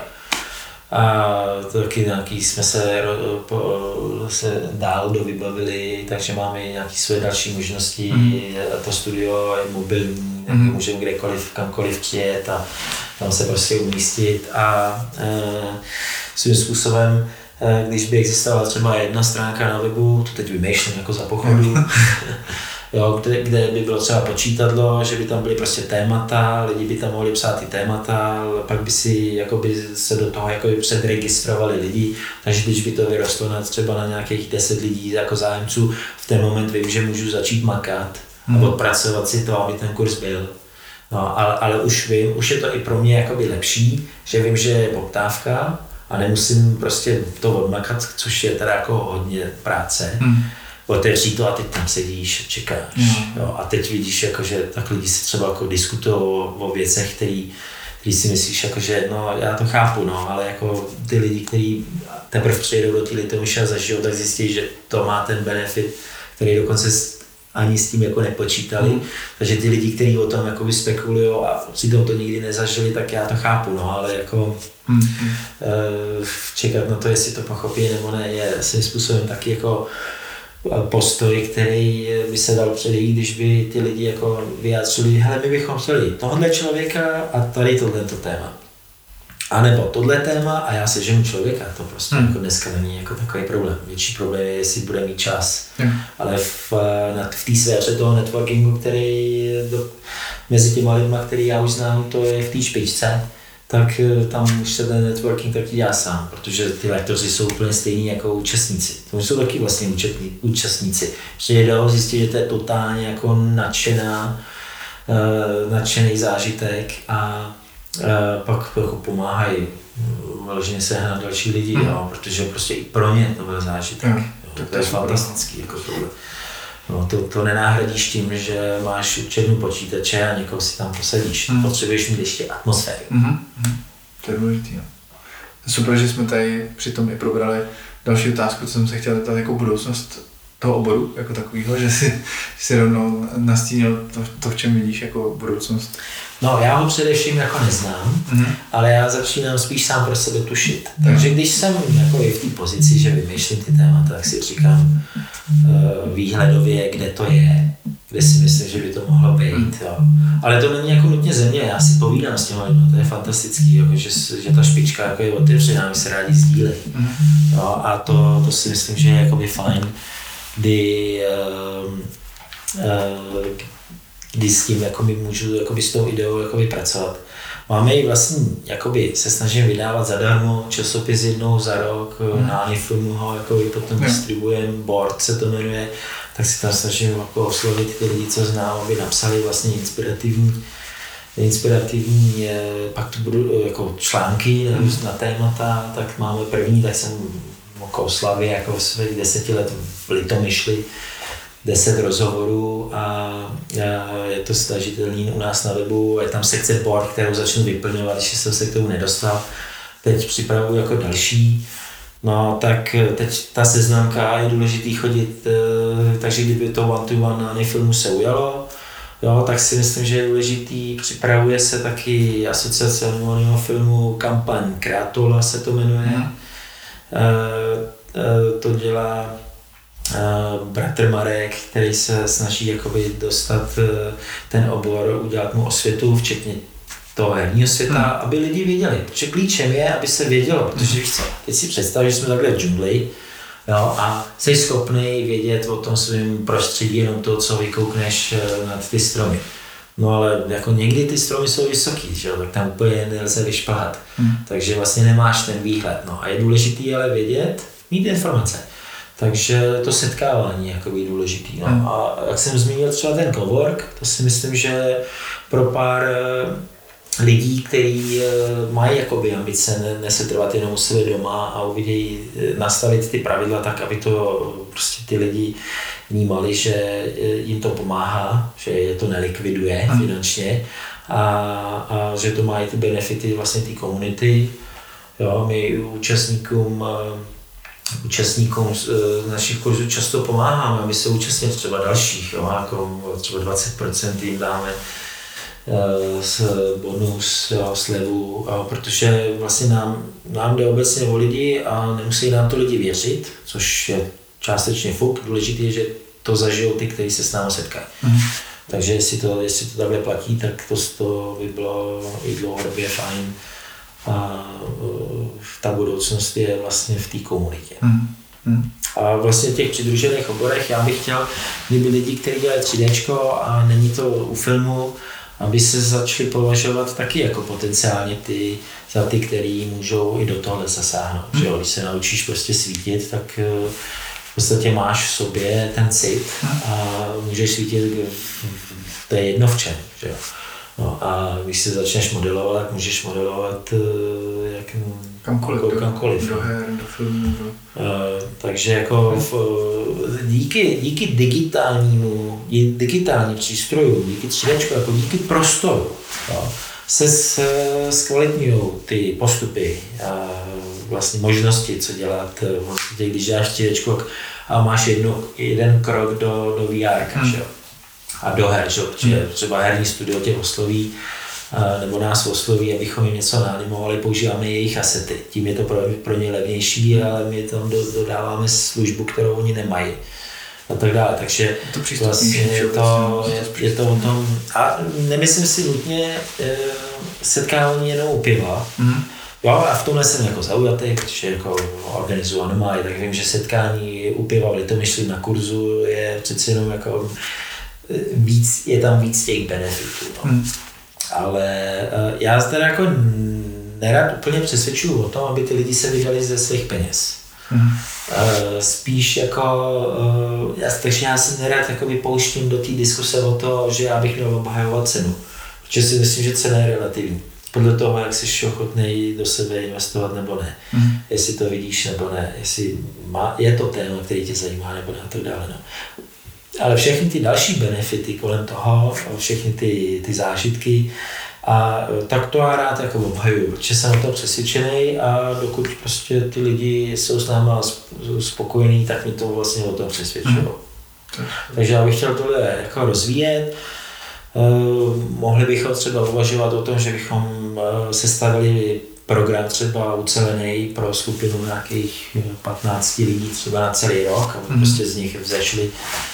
a to taky nějaký jsme se, po, se dál dovybavili, takže máme nějaké své další možnosti, mm. to studio je mobilní, mm. můžeme kdekoliv, kamkoliv přijet a tam se prostě umístit a e, svým způsobem, e, když by existovala třeba jedna stránka na webu, to teď vymýšlím jako za pochodu, jo, kde, kde by bylo třeba počítadlo, že by tam byly prostě témata, lidi by tam mohli psát ty témata, pak by si jakoby se do toho jakoby předregistrovali lidi, takže když by to vyrostlo na, třeba na nějakých deset lidí jako zájemců, v ten moment vím, že můžu začít makat hmm. a odpracovat si to, aby ten kurz byl. No, ale, ale už vím, už je to i pro mě jakoby lepší, že vím, že je poptávka a nemusím prostě to odmakat, což je teda jako hodně práce. Hmm. Otevří to a teď tam sedíš, čekáš. Mm. Jo, a teď vidíš, jako, že tak lidi si třeba jako diskutují o, o věcech, který, který si myslíš, jako, že no, já to chápu, no, ale jako ty lidi, kteří teprve přijedou do té Litomyše a zažijou, tak zjistí, že to má ten benefit, který dokonce ani s tím jako nepočítali. Mm. Takže ty lidi, kteří o tom jako spekulují a si to nikdy nezažili, tak já to chápu, no, ale jako mm. uh, čekat na to, jestli to pochopí nebo ne, je svým způsobem taky jako postoj, který by se dal předejít, když by ty lidi jako vyjádřili, hele, my bychom chtěli tohle člověka a tady tohleto téma. A nebo tohle téma a já seženu člověka, to prostě hmm. jako dneska není jako takový problém. Větší problém je, jestli bude mít čas. Hmm. Ale v, v té sféře toho networkingu, který do, mezi těma lidma, který já už znám, to je v té špičce, tak tam už se ten networking taky dělá sám, protože ty lektoři jsou úplně stejní jako účastníci. To jsou taky vlastně účetní, účastníci. Přijedou, zjistí, že to je totálně jako nadšená, uh, nadšený zážitek a uh, pak jako pomáhají vloženě sehnat další lidi, mm. jo, protože prostě i pro ně to byl zážitek. Mm. Jo, to je fantastický. Jako no, to, to nenahradíš tím, že máš učebnu počítače a někoho si tam posadíš. Mm. Potřebuješ mít ještě atmosféru. Mm-hmm. To je důležitý. No. Super, že jsme tady přitom i probrali další otázku, co jsem se chtěl zeptat, jako budoucnost toho oboru jako takového, že si, si rovnou nastínil to, to, v čem vidíš jako budoucnost. No, já ho především jako neznám, mm-hmm. ale já začínám spíš sám pro sebe tušit. Takže když jsem jako v té pozici, že vymýšlím ty témata, tak si říkám uh, výhledově, kde to je, kde si myslím, že by to mohlo být. Jo. Ale to není jako nutně země, já si povídám s těma lidmi, to je fantastický, jako, že, že ta špička jako je otevřená, my se rádi sdílejí. Mm-hmm. A to, to si myslím, že je jakoby fajn, kdy uh, uh, kdy s tím jakoby můžu jakoby s tou ideou jakoby pracovat. Máme i vlastně, jakoby se snažím vydávat zadarmo časopis jednou za rok, mm. na Anifilmu ho jakoby potom mm. distribujem, Board se to jmenuje, tak si tam snažím jako oslovit ty lidi, co znám, aby napsali vlastně inspirativní, inspirativní pak to budou jako články mm. na témata, tak máme první, tak jsem jako oslavě jako svých deseti let v Litomyšli, deset rozhovorů a je to stažitelný u nás na webu, je tam sekce board, kterou začnu vyplňovat, když jsem se k tomu nedostal. Teď připravuju jako další. No tak teď ta seznamka je důležitý chodit, takže kdyby to one to one na filmu se ujalo, jo, tak si myslím, že je důležitý, připravuje se taky asociace animovaného filmu, kampaň Kreatola se to jmenuje. Mm. E, e, to dělá e, bratr Marek, který se snaží jakoby dostat e, ten obor, udělat mu osvětu, včetně toho herního světa, hmm. aby lidi věděli. Protože klíčem je, aby se vědělo, protože víš co, teď si představ, že jsme takhle v džungli, jo, a jsi schopný vědět o tom svém prostředí jenom to, co vykoukneš nad ty stromy. No ale jako někdy ty stromy jsou vysoký, že jo, tak tam úplně nelze vyšplhat. Hmm. Takže vlastně nemáš ten výhled. No a je důležitý ale vědět, mít informace. Takže to setkávání je jakoby důležitý. No. Hmm. A jak jsem zmínil třeba ten cowork, to si myslím, že pro pár lidí, kteří mají jakoby ambice nesetrvat jenom u sebe doma a uvidějí nastavit ty pravidla tak, aby to prostě ty lidi vnímali, že jim to pomáhá, že je to nelikviduje finančně a, a že to mají ty benefity vlastně té komunity. Jo, my účastníkům účastníkům našich kurzů často pomáháme, my se účastníme třeba dalších, jo, jako třeba dvacet procent jim dáme s bonus, jo, slevu, jo, protože vlastně nám, nám jde obecně o lidi a nemusí nám to lidi věřit, což je částečně fuk. Důležité je, že to zažijou ty, kteří se s námi setkají. Mm. Takže jestli to, jestli to takhle platí, tak to, to by bylo i dlouhodobě fajn. A uh, ta budoucnost je vlastně v té komunitě. Mm. Mm. A vlastně v těch přidružených oborech já bych chtěl, kdyby lidi, kteří dělají tři déčko a není to u filmu, aby se začali považovat taky jako potenciálně ty, za ty, který můžou i do tohle zasáhnout. Mm. Že jo? Když se naučíš prostě svítit, tak uh, v podstatě máš v sobě ten cit a můžeš svítit, to je jedno v čem. Že jo? No a když se začneš modelovat, tak můžeš modelovat jak, kamkoliv, jako, kamkoliv do, do her, do filmů. Do... Uh, takže jako v, díky, díky digitálnímu, digitálním přístrojům, díky tři déčku, jako díky prostoru, jo, se zkvalitňují ty postupy a vlastně možnosti, co dělat. Vlastně, když děláš tři déčko a máš jednu, jeden krok do, do vé er, hmm. a do her, že? Hmm. Třeba herní studio tě osloví, nebo nás osloví, abychom jim něco naanimovali, používáme jejich asety. Tím je to pro, pro ně levnější, ale my tam do, dodáváme službu, kterou oni nemají. A tak dále. Takže to vlastně je to, je, je to o tom, a nemyslím si nutně e, setkávání jenom u piva. Mm. Jo, a v tomhle jsem jako zaujatý, protože jako organizuju anomály, tak vím, že setkání u piva v Litomyšli na kurzu je přeci jenom jako víc, je tam víc těch benefitů. No. Mm. Ale uh, já teda jako nerad úplně přesvědčuju o tom, aby ty lidi se vydali ze svých peněz. Mm. Uh, spíš jako, uh, já, takže já se nerad jako vypouštím do té diskuse o to, že já bych měl obhajovat cenu. Protože si myslím, že cena je relativní. Podle toho, jak jsi ochotný do sebe investovat nebo ne. Mm. Jestli to vidíš nebo ne. Jestli má, je to téma, který tě zajímá nebo ne a tak dále. No. Ale všechny ty další benefity kolem toho, všechny ty, ty zážitky, a tak to já rád jako obhajuju, protože jsem o tom přesvědčený a dokud prostě ty lidi jsou s náma spokojení, tak mi to vlastně o tom přesvědčilo. Mm. Takže já bych chtěl tohle jako rozvíjet. Uh, mohli bychom třeba uvažovat o tom, že bychom uh, sestavili program třeba ucelený pro skupinu nějakých patnáct lidí třeba na celý rok a mm. prostě z nich vzešli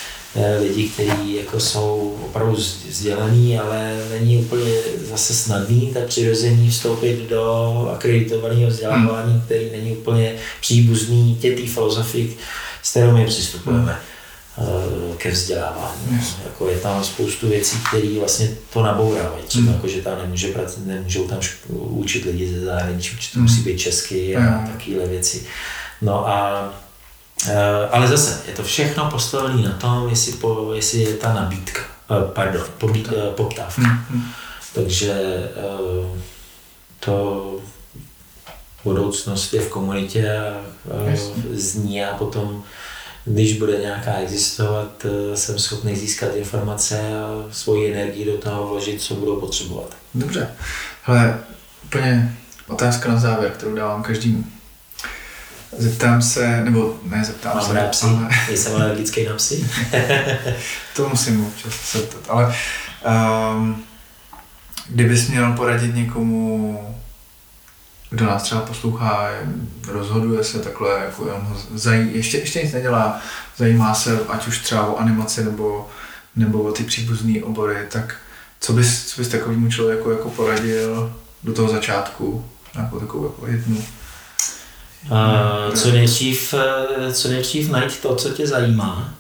lidi, kteří jako jsou opravdu vzdělaní, ale není úplně zase snadný tak přirození vstoupit do akreditovaného vzdělávání, hmm. který není úplně příbuzný tě té filozofii, s kterou my přistupujeme hmm. ke vzdělávání. Yes. Jako je tam spoustu věcí, které vlastně to nabourávají. Třeba hmm. jako, že tam nemůže, nemůžou tam učit lidi ze zahraničí, určitě to hmm. musí být česky a hmm. takovéhle věci. No a Uh, ale zase, je to všechno postavené na tom, jestli, po, jestli je ta nabídka, uh, pardon, pobít, uh, poptávka. Mm, mm. Takže uh, to budoucnost je v komunitě a uh, zní a potom když bude nějaká existovat, jsem schopný získat informace a svoji energii do toho vložit, co budou potřebovat. Dobře. Hele, úplně otázka na závěr, kterou dávám každému. Zeptám se, nebo ne zeptám Mám se. Mám psy, ale... nejsem alergický na psy. To musím občas zeptat, ale um, kdybys měl poradit někomu, kdo nás třeba poslouchá, rozhoduje se takhle, jako ho zaj, ještě, ještě nic nedělá, zajímá se ať už třeba o animaci nebo, nebo o ty příbuzné obory, tak co bys, co bys takovému člověku jako poradil do toho začátku, jako takovou jako jednu? Uh, co, nejdřív, co nejdřív najít to, co tě zajímá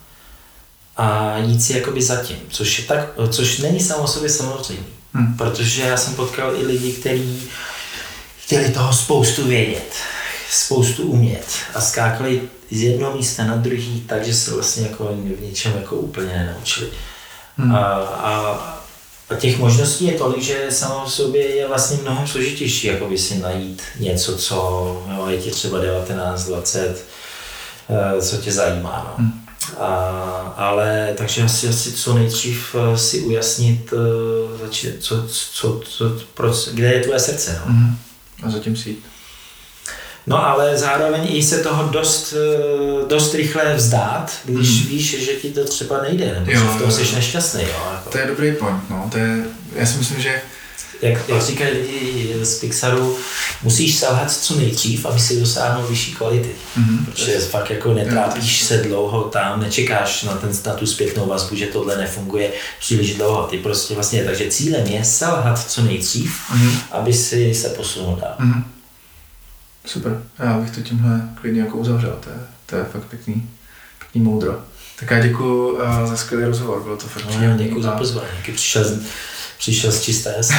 a jít si jakoby za tím, což, je tak, což není samo o sobě samozřejmě, hmm. protože já jsem potkal i lidi, kteří chtěli toho spoustu vědět, spoustu umět a skákali z jednoho místa na druhý, takže se vlastně jako v něčem jako úplně nenaučili. Hmm. A, a A těch možností je tolik, že samo v sobě je vlastně mnohem složitější, jako by si najít něco, co jo, je ti třeba devatenáct, dvacet, co tě zajímá. No. Hmm. A, ale takže asi, asi co nejdřív si ujasnit, co, co, co, proč, kde je tvoje srdce. No. Hmm. A zatím si jít. No ale zároveň i se toho dost, dost rychle vzdát, když hmm. víš, že ti to třeba nejde, nebo jo, že v tom jsi nešťastný. Jo, jako. To je dobrý point, no. To je, já si myslím, že... Jak, jak říkají lidi z Pixaru, musíš selhat co nejdřív, aby si dosáhnul vyšší kvality. Mm-hmm. Protože fakt jako netrápíš se dlouho tam, nečekáš na, ten, na tu zpětnou vazbu, že tohle nefunguje příliš dlouho. Ty prostě vlastně, takže cílem je selhat co nejdřív, mm-hmm. aby si se posunul dál. Mm-hmm. Super, já bych to tímhle klidně jako uzavřel, to je, to je fakt pěkný, pěkný moudro. Tak já děkuju uh, za skvělý rozhovor, bylo to fakt no, příjemný. Děkuju za pozvání, přišel, přišel z čisté jasné.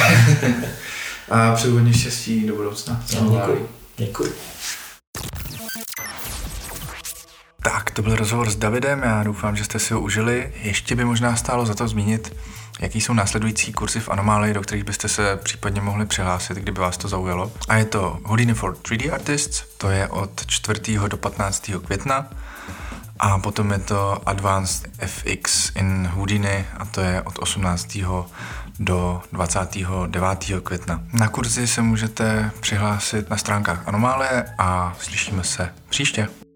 A přeju hodně štěstí do budoucna. No, děkuju, děkuju. Tak, to byl rozhovor s Davidem, já doufám, že jste si ho užili. Ještě by možná stálo za to zmínit, jaký jsou následující kurzy v Anomálii, do kterých byste se případně mohli přihlásit, kdyby vás to zaujalo. A je to Houdini for tři dé Artists, to je od čtvrtého do patnáctého května. A potom je to Advanced F X in Houdini a to je od osmnáctého do dvacátého devátého května. Na kurzy se můžete přihlásit na stránkách Anomálie a slyšíme se příště.